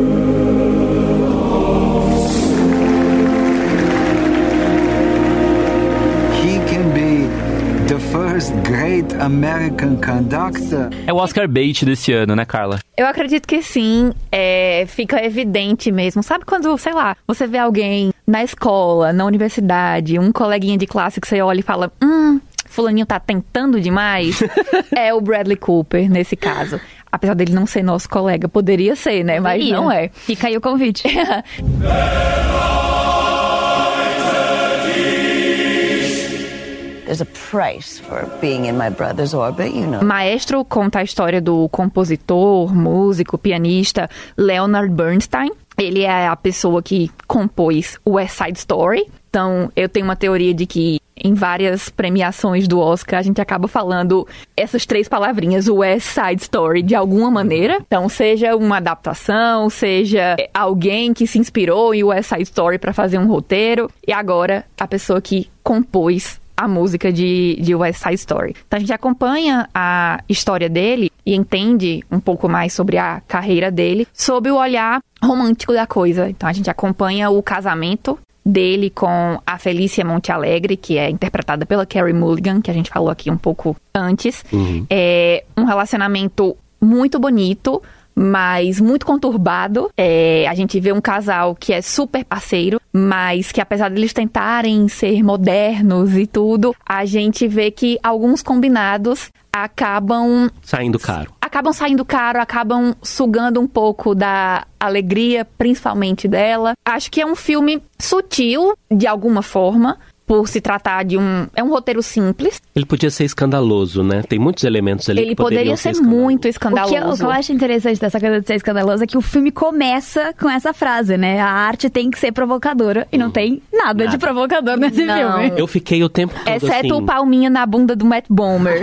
The first great American conductor. É o Oscar bait desse ano, né, Carla? Eu acredito que sim, é, fica evidente mesmo. Sabe quando, sei lá, você vê alguém na escola, na universidade, um coleguinha de classe que você olha e fala, hum, fulaninho tá tentando demais? É o Bradley Cooper, nesse caso. Apesar dele não ser nosso colega, poderia ser, né? Mas não é. Fica aí o convite. There's a price for being in my brother's orbit, you know. Maestro conta a história do compositor, músico, pianista Leonard Bernstein. Ele é a pessoa que compôs West Side Story. Então, eu tenho uma teoria de que em várias premiações do Oscar, a gente acaba falando essas três palavrinhas, o West Side Story, de alguma maneira. Então, seja uma adaptação, seja alguém que se inspirou em West Side Story para fazer um roteiro, e agora a pessoa que compôs a música de, de West Side Story. Então, a gente acompanha a história dele e entende um pouco mais sobre a carreira dele, sob o olhar romântico da coisa. Então, a gente acompanha o casamento dele com a Felícia Montealegre, que é interpretada pela Carey Mulligan, que a gente falou aqui um pouco antes. Uhum. É um relacionamento muito bonito, mas muito conturbado. É, a gente vê um casal que é super parceiro, mas que apesar deles tentarem ser modernos e tudo, a gente vê que alguns combinados acabam... Saindo caro. Acabam saindo caro, acabam sugando um pouco da alegria, principalmente dela. Acho que é um filme sutil, de alguma forma, por se tratar de um... É um roteiro simples. Ele podia ser escandaloso, né? Tem muitos elementos ali Ele que poderiam ser, ser muito escandaloso. O que, eu, o que eu acho interessante dessa coisa de ser escandaloso é que o filme começa com essa frase, né? A arte tem que ser provocadora. E não tem nada, nada. de provocador nesse não. filme. Eu fiquei o tempo todo Exceto assim... o palminha na bunda do Matt Bomer.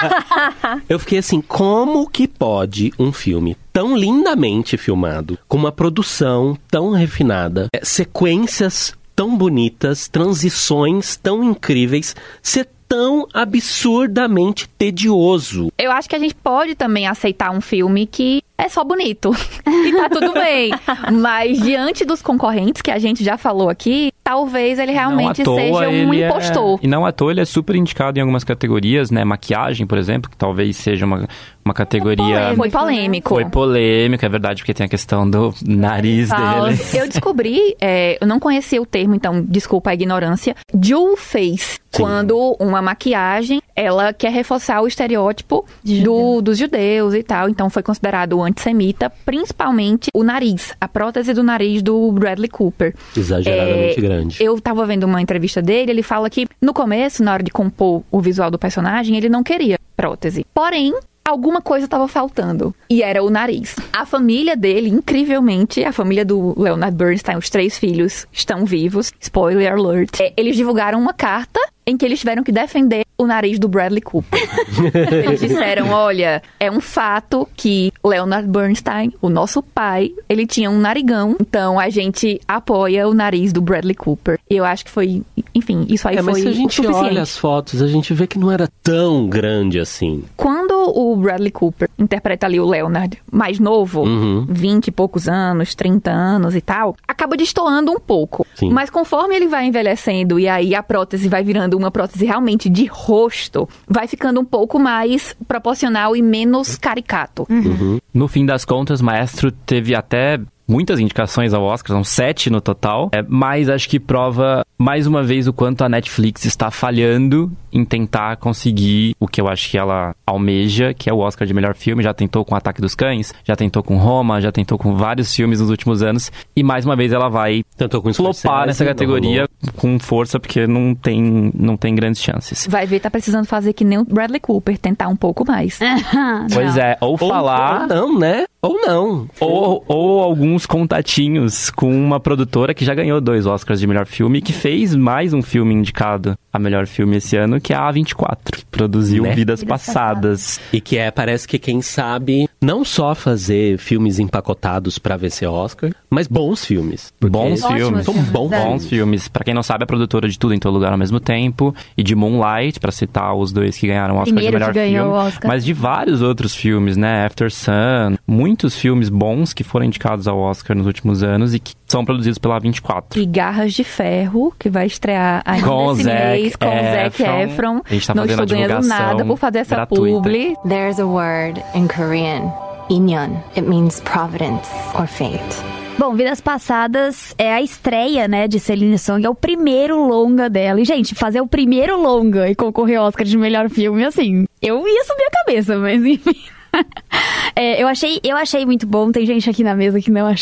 Eu fiquei assim, como que pode um filme tão lindamente filmado, com uma produção tão refinada, é, sequências tão bonitas, transições tão incríveis, ser tão absurdamente tedioso? Eu acho que a gente pode também aceitar um filme que é só bonito. E tá tudo bem. Mas diante dos concorrentes que a gente já falou aqui, talvez ele realmente seja um impostor. É... E não à toa, ele é super indicado em algumas categorias, né? Maquiagem, por exemplo, que talvez seja uma, uma categoria... Foi polêmico. Foi polêmico, é verdade, porque tem a questão do nariz dele. Eu descobri, é, eu não conhecia o termo, então desculpa a ignorância, Jewel Face. Sim. Quando uma maquiagem, ela quer reforçar o estereótipo do, dos judeus e tal. Então foi considerado antissemita, principalmente o nariz, a prótese do nariz do Bradley Cooper. Exageradamente é, grande. Eu tava vendo uma entrevista dele, ele fala que no começo, na hora de compor o visual do personagem, ele não queria prótese. Porém, alguma coisa estava faltando, e era o nariz. A família dele, incrivelmente, a família do Leonard Bernstein, os três filhos, estão vivos. Spoiler alert. É, eles divulgaram uma carta em que eles tiveram que defender o nariz do Bradley Cooper. Eles disseram, olha, é um fato que Leonard Bernstein, o nosso pai, ele tinha um narigão, então a gente apoia o nariz do Bradley Cooper. E eu acho que foi, enfim, isso aí é, foi o suficiente. Mas se a gente olha as fotos, a gente vê que não era tão grande assim. Quando o Bradley Cooper interpreta ali o Leonard mais novo, uhum. vinte e poucos anos, trinta anos e tal, acaba destoando um pouco. Sim. Mas conforme ele vai envelhecendo e aí a prótese vai virando uma prótese realmente de rosto, vai ficando um pouco mais proporcional e menos caricato. Uhum. No fim das contas, Maestro teve até muitas indicações ao Oscar, são sete no total, é, mas acho que prova mais uma vez o quanto a Netflix está falhando em tentar conseguir o que eu acho que ela almeja, que é o Oscar de melhor filme. Já tentou com Ataque dos Cães, já tentou com Roma, já tentou com vários filmes nos últimos anos, e mais uma vez ela vai tentou com flopar nessa categoria com força, porque não tem, não tem grandes chances. Vai ver, tá precisando fazer que nem o Bradley Cooper, tentar um pouco mais. Pois é, ou, ou falar... Ou não, né? Ou não. Ou, ou alguns contatinhos com uma produtora que já ganhou dois Oscars de melhor filme, que fez mais um filme indicado a melhor filme esse ano, que é a A vinte e quatro, que produziu né? Vidas, Vidas Passadas. Passadas. E que é, parece que quem sabe não só fazer filmes empacotados pra vencer Oscar, mas bons filmes. Bons filmes. São bons, bons filmes. Pra quem não sabe, é produtora de Tudo em Todo Lugar ao Mesmo Tempo e de Moonlight, pra citar os dois que ganharam o Oscar Primeiro de melhor que ganhou filme. o Oscar. Mas de vários outros filmes, né? After Sun, muitos filmes bons que foram indicados ao Oscar nos últimos anos e que são produzidos pela A vinte e quatro. E Garras de Ferro, que vai estrear ainda com esse Zac mês com o Zac Efron. A gente tá não fazendo estou a ganhando nada por fazer essa gratuita. publi. There's a word in Korean, inyeon. It means providence or fate. Bom, Vidas Passadas é a estreia, né, de Celine Song, é o primeiro longa dela. E, gente, fazer o primeiro longa e concorrer ao Oscar de melhor filme, assim, eu ia subir a cabeça, mas enfim... É, eu, achei, eu achei muito bom, tem gente aqui na mesa que não achou.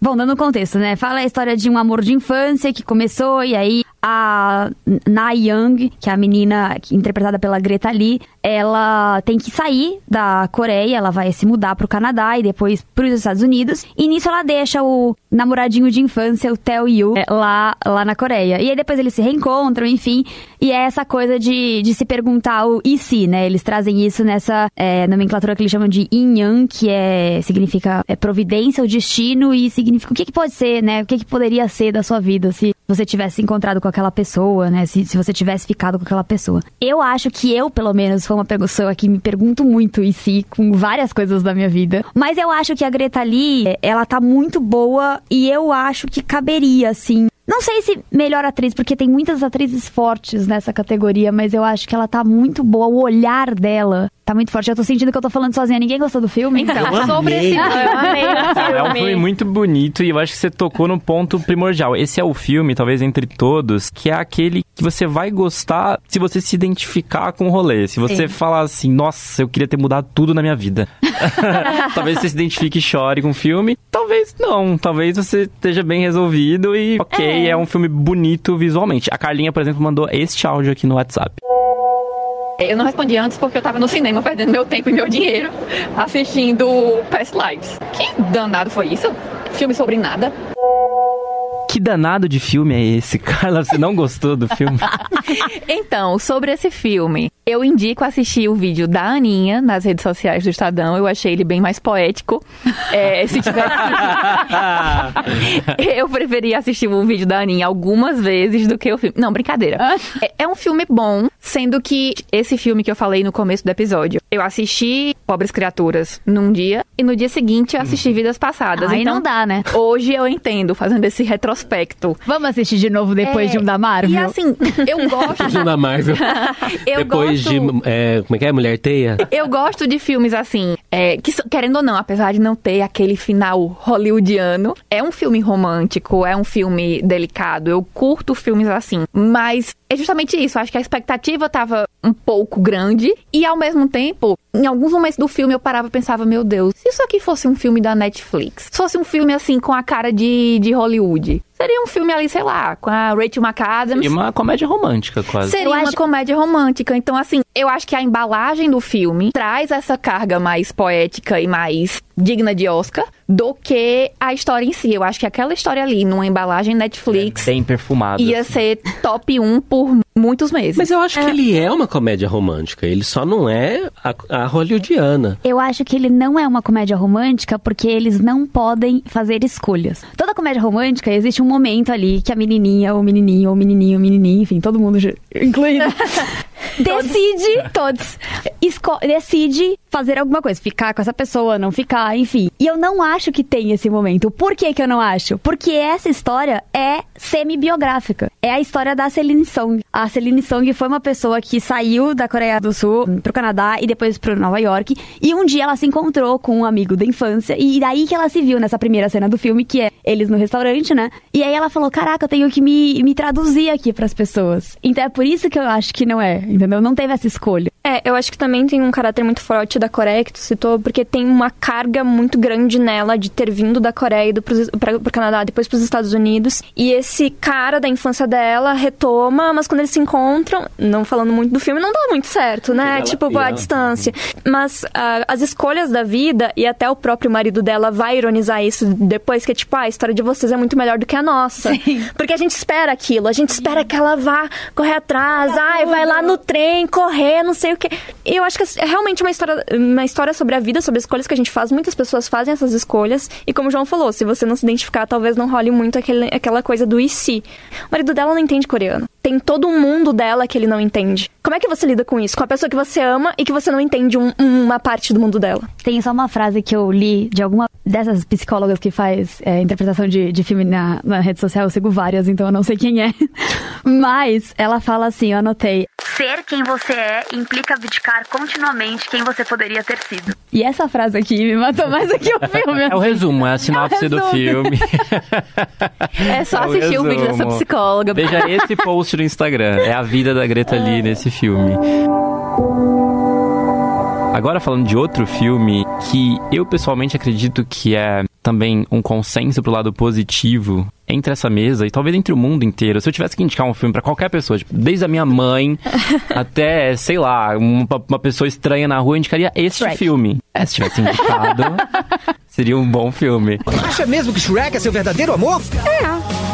Bom, dando contexto, né? Fala a história de um amor de infância que começou e aí a Na Young, que é a menina interpretada pela Greta Lee, ela tem que sair da Coreia, ela vai se mudar pro Canadá e depois pros Estados Unidos. E nisso ela deixa o namoradinho de infância, o Tae Yoo, lá, lá na Coreia. E aí depois eles se reencontram, enfim. E é essa coisa de, de se perguntar o e se, né? Eles trazem isso nessa é, nomenclatura que eles chamam de Yin-Yang, que é, significa é, providência, o destino, e significa o que, que pode ser, né? O que, que poderia ser da sua vida se você tivesse encontrado com aquela pessoa, né? Se, se você tivesse ficado com aquela pessoa. Eu acho que eu, pelo menos, sou uma pessoa que me pergunto muito e se com várias coisas da minha vida. Mas eu acho que a Greta Lee, ela tá muito boa e eu acho que caberia, assim. Não sei se melhor atriz, porque tem muitas atrizes fortes nessa categoria, mas eu acho que ela tá muito boa. O olhar dela tá muito forte. Eu tô sentindo que eu tô falando sozinha. Ninguém gostou do filme? Então, sobre esse... Eu amei o filme. É um filme muito bonito e eu acho que você tocou no ponto primordial. Esse é o filme, talvez entre todos, que é aquele que você vai gostar se você se identificar com o rolê. Se você Sim. falar assim, nossa, eu queria ter mudado tudo na minha vida. Talvez você se identifique e chore com o filme. Talvez não. Talvez você esteja bem resolvido e ok, é. é um filme bonito visualmente. A Carlinha, por exemplo, mandou este áudio aqui no WhatsApp. Eu não respondi antes porque eu tava no cinema perdendo meu tempo e meu dinheiro assistindo Past Lives. Que danado foi isso? Filme sobre nada. Que danado de filme é esse, Carla? Você não gostou do filme? Então, sobre esse filme, eu indico assistir o vídeo da Aninha nas redes sociais do Estadão. Eu achei ele bem mais poético. É, se tivesse... eu preferia assistir o vídeo da Aninha algumas vezes do que o filme. Não, brincadeira. É, é um filme bom, sendo que esse filme que eu falei no começo do episódio, eu assisti Pobres Criaturas num dia e no dia seguinte eu assisti Vidas Passadas. Aí então, não dá, né? Hoje eu entendo, fazendo esse retrospecto. Vamos assistir de novo depois é, de um da Marvel? E assim, eu gosto... de um da Marvel. eu depois gosto... de, é, como é que é? Mulher Teia? Eu gosto de filmes assim, é, que querendo ou não, apesar de não ter aquele final hollywoodiano, é um filme romântico, é um filme delicado, eu curto filmes assim, mas é justamente isso, acho que a expectativa tava um pouco grande e ao mesmo tempo, em alguns momentos do filme eu parava e pensava, meu Deus, se isso aqui fosse um filme da Netflix, se fosse um filme assim com a cara de, de Hollywood, seria um filme ali, sei lá, com a Rachel McAdams. E uma comédia romântica, quase. Seria eu uma acho... comédia romântica. Então, assim, eu acho que a embalagem do filme traz essa carga mais poética e mais digna de Oscar do que a história em si. Eu acho que aquela história ali, numa embalagem Netflix... É bem perfumada. Ia assim. ser top um por muitos meses. Mas eu acho é. que ele é uma comédia romântica. Ele só não é a, a hollywoodiana. Eu acho que ele não é uma comédia romântica porque eles não podem fazer escolhas. Toda comédia romântica existe um momento ali que a menininha, ou menininho, ou menininho, menininho, enfim, todo mundo incluído, decide, todos, esco- decide fazer alguma coisa, ficar com essa pessoa, não ficar, enfim. E eu não acho que tem esse momento. Por que que eu não acho? Porque essa história é semi-biográfica. É a história da Celine Song. A Celine Song foi uma pessoa que saiu da Coreia do Sul pro Canadá e depois pro Nova York. E um dia ela se encontrou com um amigo da infância e daí que ela se viu nessa primeira cena do filme, que é eles no restaurante, né? E aí ela falou, caraca, eu tenho que me, me traduzir aqui pras pessoas. Então é por isso que eu acho que não é, entendeu? Não teve essa escolha. É, eu acho que também tem um caráter muito forte da Coreia, que tu citou, porque tem uma carga muito grande nela de ter vindo da Coreia e do pro, pra, pro Canadá, depois pros Estados Unidos. E esse cara da infância dela retoma, mas quando eles se encontram, não falando muito do filme, não dá muito certo, né? Tipo, pior. A distância. Mas uh, as escolhas da vida, e até o próprio marido dela vai ironizar isso depois, que é tipo, ah, a história de vocês é muito melhor do que a nossa. Sim. Porque a gente espera aquilo, a gente espera que ela vá correr atrás, ai, vai lá no trem, correr, não sei o que. E eu acho que é realmente uma história, uma história sobre a vida, sobre escolhas que a gente faz. Muitas pessoas fazem essas escolhas. E como o João falou, se você não se identificar, talvez não role muito aquele, aquela coisa do e se. O marido dela não entende coreano. Tem todo um mundo dela que ele não entende. Como é que você lida com isso? Com a pessoa que você ama e que você não entende um, uma parte do mundo dela? Tem só uma frase que eu li de alguma dessas psicólogas que faz é, interpretação de, de filme na, na rede social. Eu sigo várias, então eu não sei quem é. Mas ela fala assim, eu anotei: ser quem você é implica abdicar continuamente quem você poderia ter sido. E essa frase aqui me matou mais do que o filme. É o resumo, é a sinopse é do filme. É só é assistir o, o vídeo dessa psicóloga. Veja esse post no Instagram. É a vida da Greta Lee nesse filme. Agora falando de outro filme que eu pessoalmente acredito que é também um consenso pro lado positivo entre essa mesa e talvez entre o mundo inteiro. Se eu tivesse que indicar um filme pra qualquer pessoa, tipo, desde a minha mãe até, sei lá, uma, uma pessoa estranha na rua, eu indicaria este Shrek. filme. É, se tivesse indicado, seria um bom filme. Acha mesmo que Shrek é seu verdadeiro amor? É.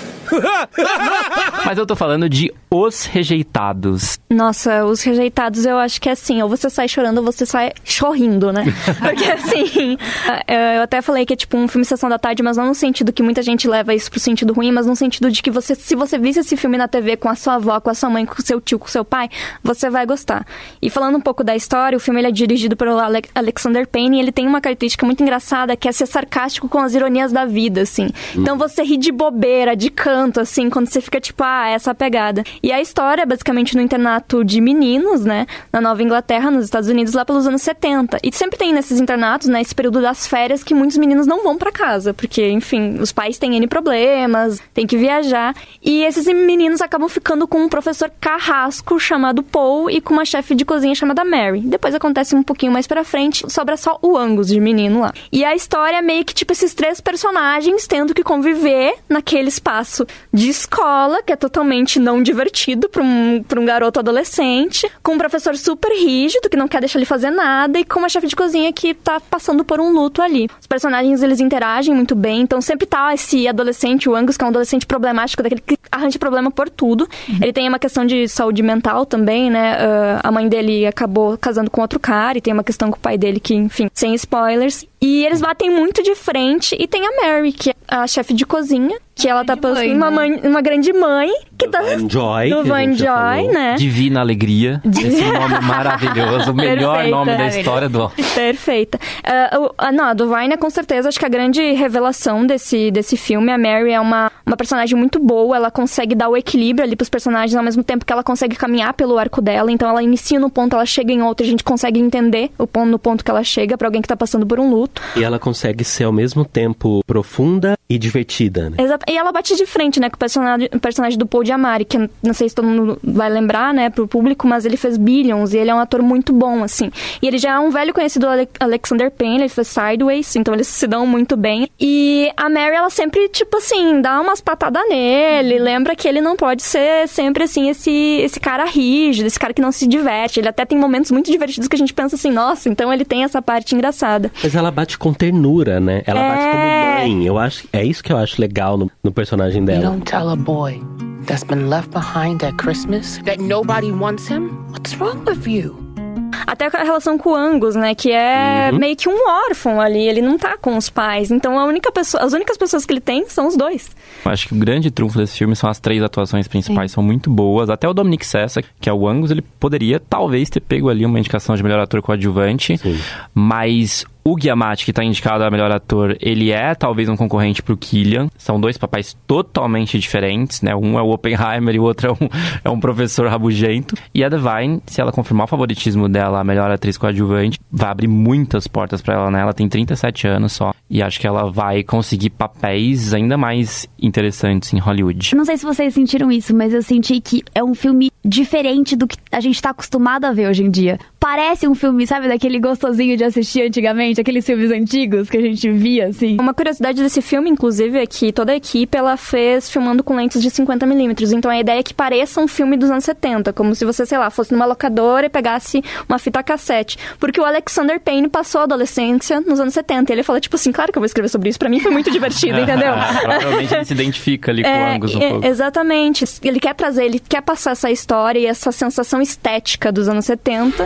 Mas eu tô falando de Os Rejeitados. Nossa, Os Rejeitados eu acho que é assim, ou você sai chorando ou você sai chorrindo, né? Porque assim, eu até falei que é tipo um filme Sessão da Tarde, mas não no sentido que muita gente leva isso pro sentido ruim, mas no sentido de que você, se você visse esse filme na T V com a sua avó, com a sua mãe, com o seu tio, com o seu pai, você vai gostar. E falando um pouco da história, o filme ele é dirigido pelo Ale- Alexander Payne e ele tem uma característica muito engraçada, que é ser sarcástico com as ironias da vida, assim. Hum. Então você ri de bobeira, de canto, assim, quando você fica tipo, ah, essa pegada. E a história é basicamente no internato de meninos, né, na Nova Inglaterra, nos Estados Unidos, lá pelos anos setenta. E sempre tem nesses internatos, né, esse período das férias que muitos meninos não vão pra casa, porque, enfim, os pais têm N problemas, tem que viajar. E esses meninos acabam ficando com um professor carrasco chamado Paul e com uma chefe de cozinha chamada Mary. Depois acontece um pouquinho mais pra frente, sobra só o Angus de menino lá. E a história é meio que, tipo, esses três personagens tendo que conviver naquele espaço de escola, que é totalmente não divertido para um, pra um garoto adolescente, com um professor super rígido, que não quer deixar ele fazer nada, e com uma chefe de cozinha que tá passando por um luto ali. Os personagens, eles interagem muito bem, então sempre tá esse adolescente, o Angus, que é um adolescente problemático, daquele que arranja problema por tudo. Uhum. Ele tem uma questão de saúde mental também, né? Uh, a mãe dele acabou casando com outro cara, e tem uma questão com o pai dele que, enfim, sem spoilers. E eles batem muito de frente, e tem a Mary, que é a chefe de cozinha, que ela tá passando uma, mãe, uma grande mãe que do tá Van Joy, do Van Joy, né? Divina Alegria. Esse nome maravilhoso, o melhor Perfeita. nome da história do Perfeita. Uh, uh, não, a Divine é com certeza, acho que a grande revelação desse, desse filme. A Mary é uma, uma personagem muito boa, ela consegue dar o equilíbrio ali pros personagens, ao mesmo tempo que ela consegue caminhar pelo arco dela, então ela inicia no ponto, ela chega em outro, a gente consegue entender o ponto, no ponto que ela chega pra alguém que tá passando por um luto. E ela consegue ser ao mesmo tempo profunda e divertida, né? Exato. E ela bate de frente, né, com o personagem, o personagem do Paul Giamatti, que não sei se todo mundo vai lembrar, né, pro público, mas ele fez Billions e ele é um ator muito bom, assim. E ele já é um velho conhecido do Alexander Payne, ele fez Sideways, então eles se dão muito bem. E a Mary, ela sempre, tipo assim, dá umas patadas nele, lembra que ele não pode ser sempre, assim, esse, esse cara rígido, esse cara que não se diverte. Ele até tem momentos muito divertidos que a gente pensa assim, nossa, então ele tem essa parte engraçada. Mas ela bate com ternura, né? Ela é... bate como mãe. Eu acho, é isso que eu acho legal no, no personagem dela. You don't tell a boy that's been left behind at Christmas that nobody wants him? What's wrong with you? Até a relação com o Angus, né, que é uhum. meio que um órfão ali, ele não tá com os pais, então a única pessoa, as únicas pessoas que ele tem são os dois. Eu acho que o grande trunfo desse filme são as três atuações principais, Sim. são muito boas, até o Dominic Sessa, que é o Angus, ele poderia talvez ter pego ali uma indicação de melhor ator coadjuvante, Sim. mas o Giamatti, que tá indicado a melhor ator, ele é talvez um concorrente pro Cillian. São dois papéis totalmente diferentes, né? Um é o Oppenheimer e o outro é um, é um professor rabugento. E a Divine, se ela confirmar o favoritismo dela, a melhor atriz coadjuvante, vai abrir muitas portas pra ela, né? Ela tem trinta e sete anos só. E acho que ela vai conseguir papéis ainda mais interessantes em Hollywood. Não sei se vocês sentiram isso, mas eu senti que é um filme diferente do que a gente tá acostumado a ver hoje em dia. Parece um filme, sabe, daquele gostosinho de assistir antigamente, aqueles filmes antigos que a gente via, assim. Uma curiosidade desse filme, inclusive, é que toda a equipe, ela fez filmando com lentes de cinquenta milímetros. Então a ideia é que pareça um filme dos anos setenta, como se você, sei lá, fosse numa locadora e pegasse uma fita cassete. Porque o Alexander Payne passou a adolescência nos anos setenta. E ele fala, tipo assim, claro que eu vou escrever sobre isso. Pra mim foi muito divertido, entendeu? Provavelmente ele se identifica ali com é, o Angus um é, pouco. Exatamente. Ele quer trazer, ele quer passar essa história e essa sensação estética dos anos setenta.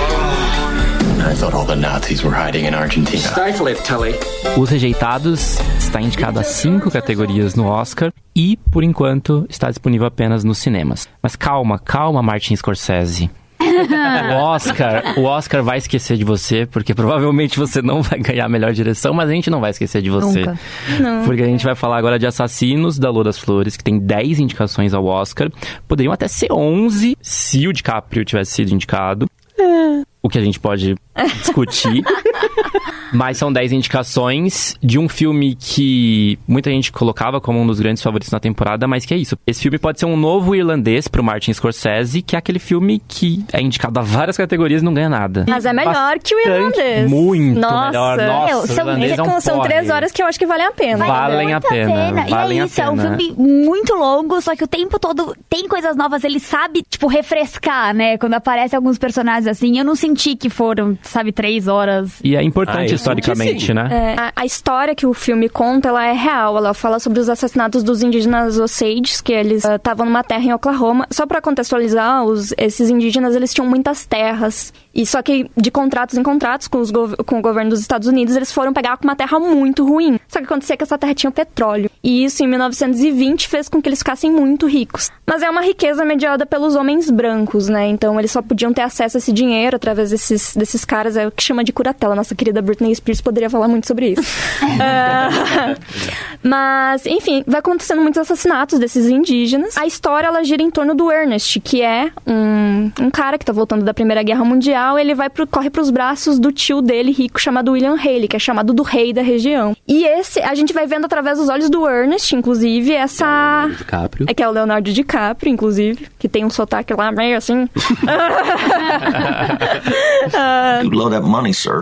I thought all the Nazis were hiding in Argentina. Stifle it, Tully. Os Rejeitados está indicado a cinco categorias no Oscar e, por enquanto, está disponível apenas nos cinemas. Mas calma, calma, Martin Scorsese. O Oscar, o Oscar vai esquecer de você, porque provavelmente você não vai ganhar a melhor direção, mas a gente não vai esquecer de você. Nunca. Não. Porque a gente vai falar agora de Assassinos da Lua das Flores, que tem dez indicações ao Oscar. Poderiam até ser onze se o DiCaprio tivesse sido indicado. É. O que a gente pode discutir. Mas são dez indicações de um filme que muita gente colocava como um dos grandes favoritos na temporada, mas que é isso. Esse filme pode ser um novo irlandês pro Martin Scorsese, que é aquele filme que é indicado a várias categorias e não ganha nada. Mas é melhor Bastante, que o irlandês. Muito Nossa. melhor. Nossa, Meu, o são, irlandês é um são porre. três horas que eu acho que valem a pena. Valem a pena. pena. Valem e é a isso, é um pena. filme muito longo, só que o tempo todo tem coisas novas, ele sabe, tipo, refrescar, né? Quando aparecem alguns personagens assim, eu não senti que foram, sabe, três horas. E é importante Ah, historicamente, sim. né? É, a, a história que o filme conta, ela é real. Ela fala sobre os assassinatos dos indígenas Osage, que eles estavam uh, numa terra em Oklahoma. Só pra contextualizar, os, esses indígenas, eles tinham muitas terras. E só que de contratos em contratos com, os gov- com o governo dos Estados Unidos, eles foram pegar com uma terra muito ruim. Só que acontecia que essa terra tinha petróleo. E isso, em mil novecentos e vinte, fez com que eles ficassem muito ricos. Mas é uma riqueza mediada pelos homens brancos, né? Então, eles só podiam ter acesso a esse dinheiro através desses, desses caras, é o que chama de curatela. Nossa querida Britney Spears poderia falar muito sobre isso. uh, mas, enfim, vai acontecendo muitos assassinatos desses indígenas. A história, ela gira em torno do Ernest, que é um, um cara que tá voltando da Primeira Guerra Mundial. Ele vai pro, corre pros braços do tio dele, rico, chamado William Haley, que é chamado do rei da região. E esse, a gente vai vendo através dos olhos do Ernest, inclusive, essa... É DiCaprio. É que é o Leonardo DiCaprio, inclusive, que tem um sotaque lá meio assim. You blow that money, sir.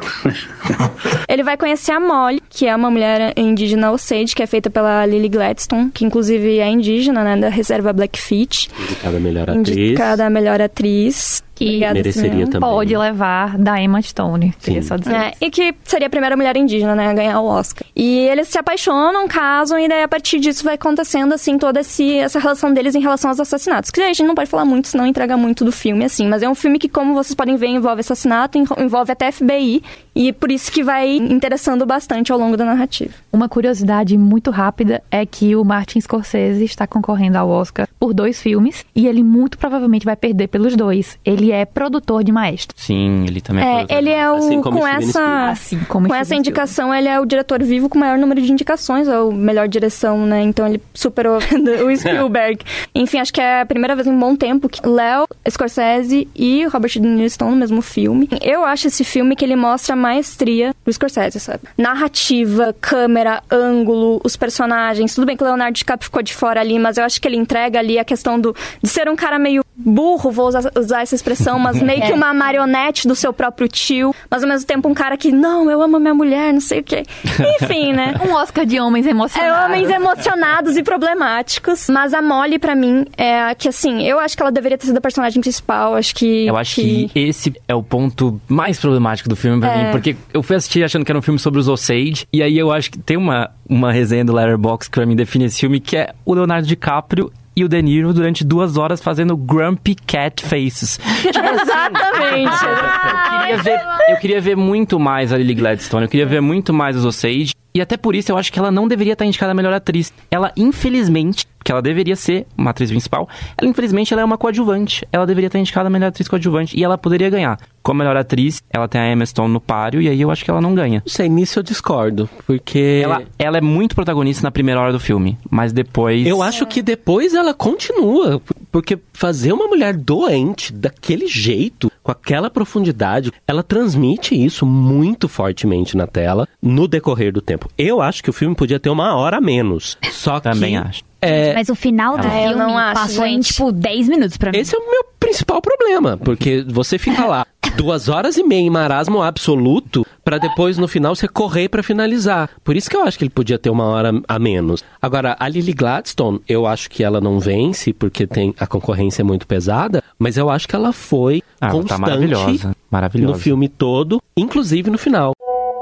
Ele vai conhecer a Molly, que é uma mulher indígena Osage, que é feita pela Lily Gladstone, que inclusive é indígena, né, da reserva Blackfeet. Indicada a melhor atriz. Indicada a melhor atriz. Que Obrigada, mereceria senhor. também. Pode levar da Emma Stone, queria só dizer. É, e que seria a primeira mulher indígena, né, a ganhar o Oscar. E eles se apaixonam, casam, e daí a partir disso vai acontecendo, assim, toda esse, essa relação deles em relação aos assassinatos. Que a gente não pode falar muito, senão entrega muito do filme, assim. Mas é um filme que, como vocês podem ver, envolve assassinato, envolve até F B I, e por isso que vai interessando bastante ao longo da narrativa. Uma curiosidade muito rápida é que o Martin Scorsese está concorrendo ao Oscar por dois filmes, e ele muito provavelmente vai perder pelos dois. Ele é produtor de Maestro. Sim, ele também é, é ele é o Assim como com Steven essa assim como com essa indicação ele é o diretor vivo com o maior número de indicações, ou melhor direção, né? Então ele superou o Spielberg. Enfim, acho que é a primeira vez em um bom tempo que Léo Scorsese e Robert De Niro estão no mesmo filme. Eu acho esse filme que ele mostra a maestria do Scorsese, sabe? Narrativa, câmera, ângulo, os personagens. Tudo bem que o Leonardo DiCaprio ficou de fora ali, mas eu acho que ele entrega ali a questão do, de ser um cara meio burro, vou usar, usar essa expressão, mas meio que uma marionete do seu próprio tio, mas ao mesmo tempo um cara que, não, eu amo a minha mulher, não sei o quê. Enfim, né? Um Oscar de homens emocionados. É, homens emocionados e problemáticos. Mas a Molly, pra mim, é a que, assim, eu acho que ela deveria ter sido a personagem principal, acho que... Eu acho que, que esse é o ponto mais problemático do filme pra É. mim, porque eu fui assistir achando que era um filme sobre os Osage, e aí eu acho que tem uma, uma resenha do Letterboxd que pra mim define esse filme, que é o Leonardo DiCaprio e o De Niro durante duas horas fazendo grumpy cat faces. Tipo assim, Exatamente. eu, queria ver, eu queria ver muito mais a Lily Gladstone, eu queria ver muito mais os Osage, e até por isso eu acho que ela não deveria estar indicada a melhor atriz. Ela, infelizmente, que ela deveria ser uma atriz principal, ela, infelizmente, ela é uma coadjuvante. Ela deveria estar indicada a melhor atriz coadjuvante, e ela poderia ganhar. Como melhor atriz, ela tem a Emma Stone no páreo, e aí eu acho que ela não ganha. Não sei, nisso eu discordo, porque... Ela, ela é muito protagonista na primeira hora do filme, mas depois... Eu acho que depois ela continua, porque fazer uma mulher doente daquele jeito, com aquela profundidade, ela transmite isso muito fortemente na tela, no decorrer do tempo. Eu acho que o filme podia ter uma hora a menos, só que... Também acho. É... Mas o final do É, eu filme não acho, passou em, gente. tipo, dez minutos pra mim. Esse é o meu principal problema, porque você fica lá duas horas e meia em marasmo absoluto pra depois no final você correr pra finalizar. Por isso que eu acho que ele podia ter uma hora a menos. Agora, a Lily Gladstone, eu acho que ela não vence porque tem a concorrência é muito pesada, mas eu acho que ela foi Ah, ela tá constante maravilhosa, maravilhosa. no filme todo, inclusive no final.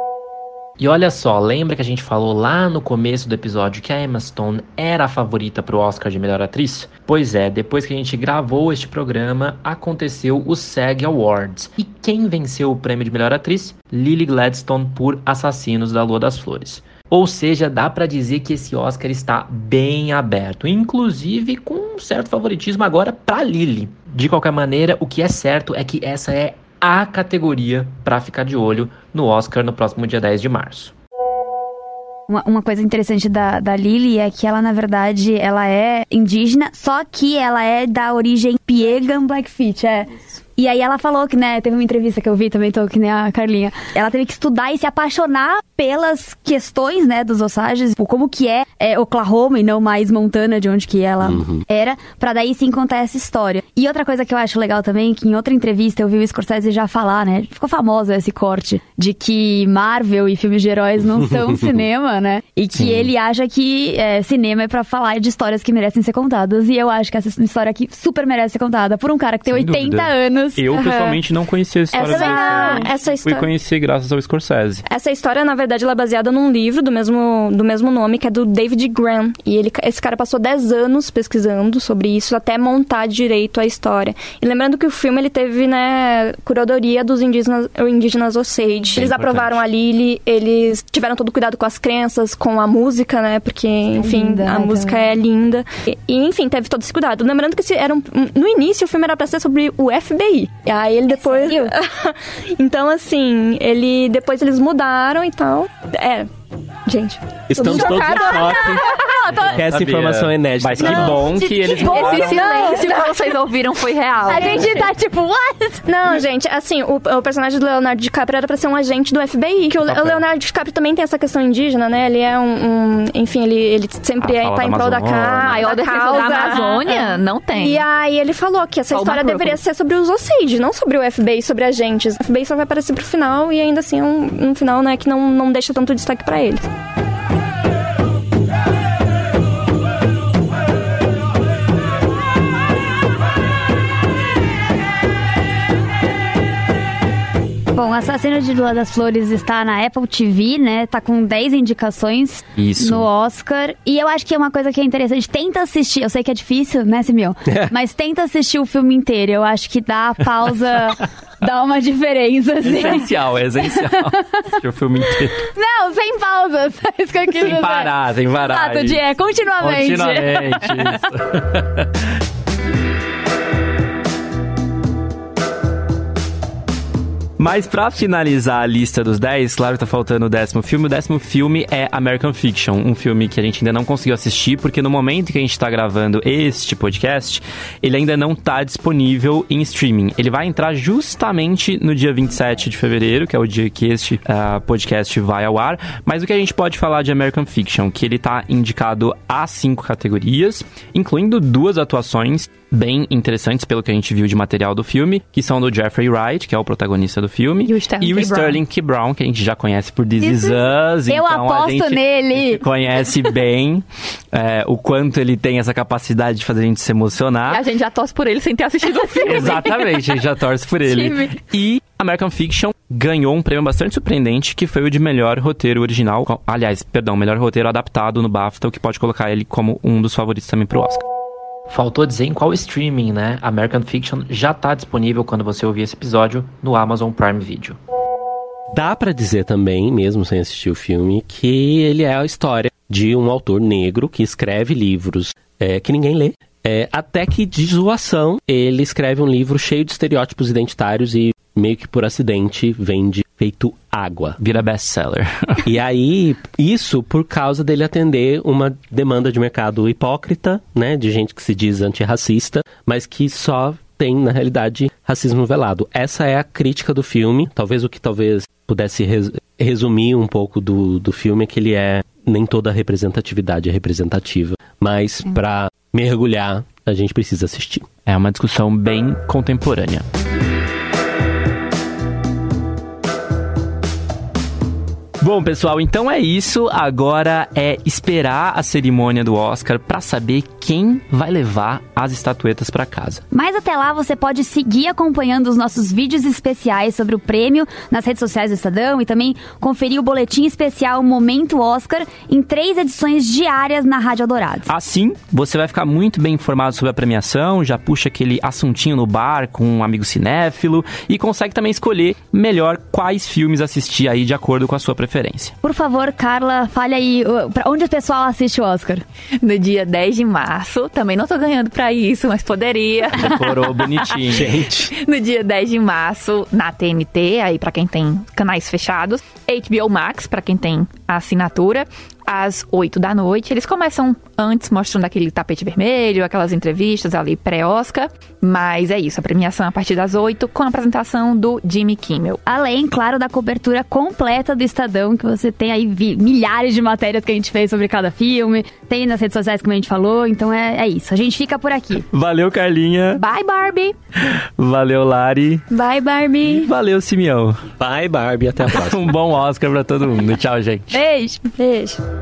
E olha só, lembra que a gente falou lá no começo do episódio que a Emma Stone era a favorita pro Oscar de melhor atriz? Pois é, depois que a gente gravou este programa, aconteceu o SAG Awards. E quem venceu o prêmio de melhor atriz? Lily Gladstone por Assassinos da Lua das Flores. Ou seja, dá pra dizer que esse Oscar está bem aberto, inclusive com um certo favoritismo agora pra Lily. De qualquer maneira, o que é certo é que essa é a categoria para ficar de olho no Oscar no próximo dia dez de março. Uma, uma coisa interessante da, da Lily é que ela, na verdade, ela é indígena, só que ela é da origem Piegan Blackfeet, é. E aí ela falou que, né, teve uma entrevista que eu vi também, tô que nem a Carlinha. Ela teve que estudar e se apaixonar pelas questões, né, dos Osages, como que é, é Oklahoma e não mais Montana, de onde que ela uhum. era, pra daí sim contar essa história. E outra coisa que eu acho legal também, que em outra entrevista eu vi o Scorsese já falar, né, ficou famoso esse corte, de que Marvel e filmes de heróis não são cinema, né, e que sim. ele acha que é, cinema é pra falar de histórias que merecem ser contadas, e eu acho que essa história aqui super merece ser contada por um cara que tem Sem oitenta dúvida. Anos. Eu, uhum. pessoalmente, não conhecia a história essa, desse essa história... Fui conhecer graças ao Scorsese. Essa história, na verdade, ela é baseada num livro do mesmo, do mesmo nome, que é do David Graham. E ele, esse cara passou dez anos pesquisando sobre isso, até montar direito a história. E lembrando que o filme, ele teve, né, curadoria dos indígenas, indígenas Osage. Eles importante. aprovaram a Lily, eles tiveram todo cuidado com as crenças, com a música, né, porque, enfim, linda, a música também. é linda. E, e, enfim, teve todo esse cuidado. Lembrando que esse era um, no início, o filme era pra ser sobre o F B I. E aí ele depois... Então, assim, ele... Depois eles mudaram e tal. É... Gente... Estamos todos em choque. Essa informação é inédita. Mas que não, bom que, que eles... Bom, esse silêncio que vocês ouviram foi real. A gente tá tipo, what? Não, gente, assim, o, o personagem do Leonardo DiCaprio era pra ser um agente do F B I. Que o, o Leonardo DiCaprio também tem essa questão indígena, né? Ele é um... um enfim, ele, ele sempre é, tá em prol da, ca... Maior da causa. Da Amazônia, não tem. E aí ele falou que essa Só história deveria ser sobre os Osage, não sobre o F B I, sobre agentes. O F B I só vai aparecer pro final e ainda assim é um, um final, né, que não, não deixa tanto destaque pra eles. Bom, Assassino de Lua das Flores está na Apple T V, né? Tá com dez indicações Isso. no Oscar. E eu acho que é uma coisa que é interessante. Tenta assistir, eu sei que é difícil, né, Simil? Mas tenta assistir o filme inteiro. Eu acho que dá a pausa... Dá uma diferença, assim. Essencial, é essencial. Assistir o filme inteiro. Não, sem pausas. É isso que eu quis dizer. Sem parar, sem parar. Exato, é continuamente. Continuamente, isso. Mas pra finalizar a lista dos dez, claro que tá faltando o décimo filme. O décimo filme é American Fiction, um filme que a gente ainda não conseguiu assistir, porque no momento que a gente tá gravando este podcast, ele ainda não tá disponível em streaming. Ele vai entrar justamente no dia vinte e sete de fevereiro, que é o dia que este uh, podcast vai ao ar. Mas o que a gente pode falar de American Fiction? Que ele tá indicado a cinco categorias, incluindo duas atuações bem interessantes pelo que a gente viu de material do filme, que são do Jeffrey Wright, que é o protagonista do filme, e o Sterling, e o K. Sterling K. Brown, que a gente já conhece por This Is Us. Eu então aposto a gente nele! Conhece bem é, o quanto ele tem essa capacidade de fazer a gente se emocionar. E a gente já torce por ele sem ter assistido o filme. Exatamente, a gente já torce por ele. E American Fiction ganhou um prêmio bastante surpreendente, que foi o de melhor roteiro original. Aliás, perdão, melhor roteiro adaptado no BAFTA, o que pode colocar ele como um dos favoritos também pro Oscar. Faltou dizer em qual streaming, né? American Fiction já tá disponível quando você ouvir esse episódio no Amazon Prime Video. Dá pra dizer também, mesmo sem assistir o filme, que ele é a história de um autor negro que escreve livros é, que ninguém lê. É, até que, de zoação, ele escreve um livro cheio de estereótipos identitários e meio que por acidente vende feito água. Vira best-seller. E aí, isso por causa dele atender uma demanda de mercado hipócrita, né? De gente que se diz antirracista, mas que só tem, na realidade, racismo velado. Essa é a crítica do filme. Talvez o que talvez pudesse res- resumir um pouco do, do filme é que ele é... Nem toda representatividade é representativa. Mas para mergulhar, a gente precisa assistir. É uma discussão bem contemporânea. Bom, pessoal, então é isso. Agora é esperar a cerimônia do Oscar para saber quem vai levar as estatuetas para casa. Mas até lá você pode seguir acompanhando os nossos vídeos especiais sobre o prêmio nas redes sociais do Estadão e também conferir o boletim especial Momento Oscar em três edições diárias na Rádio Eldorado. Assim, você vai ficar muito bem informado sobre a premiação, já puxa aquele assuntinho no bar com um amigo cinéfilo e consegue também escolher melhor quais filmes assistir aí de acordo com a sua preferência. Por favor, Carla, fale aí, pra onde o pessoal assiste o Oscar? No dia dez de março, também não tô ganhando pra isso, mas poderia. Decorou bonitinho. Gente. No dia dez de março, na T N T, aí pra quem tem canais fechados, H B O Max, pra quem tem a assinatura, às oito da noite. Eles começam antes mostrando aquele tapete vermelho, aquelas entrevistas ali pré-Oscar. Mas é isso, a premiação é a partir das oito, com a apresentação do Jimmy Kimmel. Além, claro, da cobertura completa do Estadão, que você tem aí vi- milhares de matérias que a gente fez sobre cada filme. Tem nas redes sociais, como a gente falou. Então é, é isso, a gente fica por aqui. Valeu, Carlinha. Bye, Barbie. Valeu, Lari. Bye, Barbie. Valeu, Simeão. Bye, Barbie. Até a próxima. Um bom Oscar pra todo mundo. Tchau, gente. Beijo. Beijo.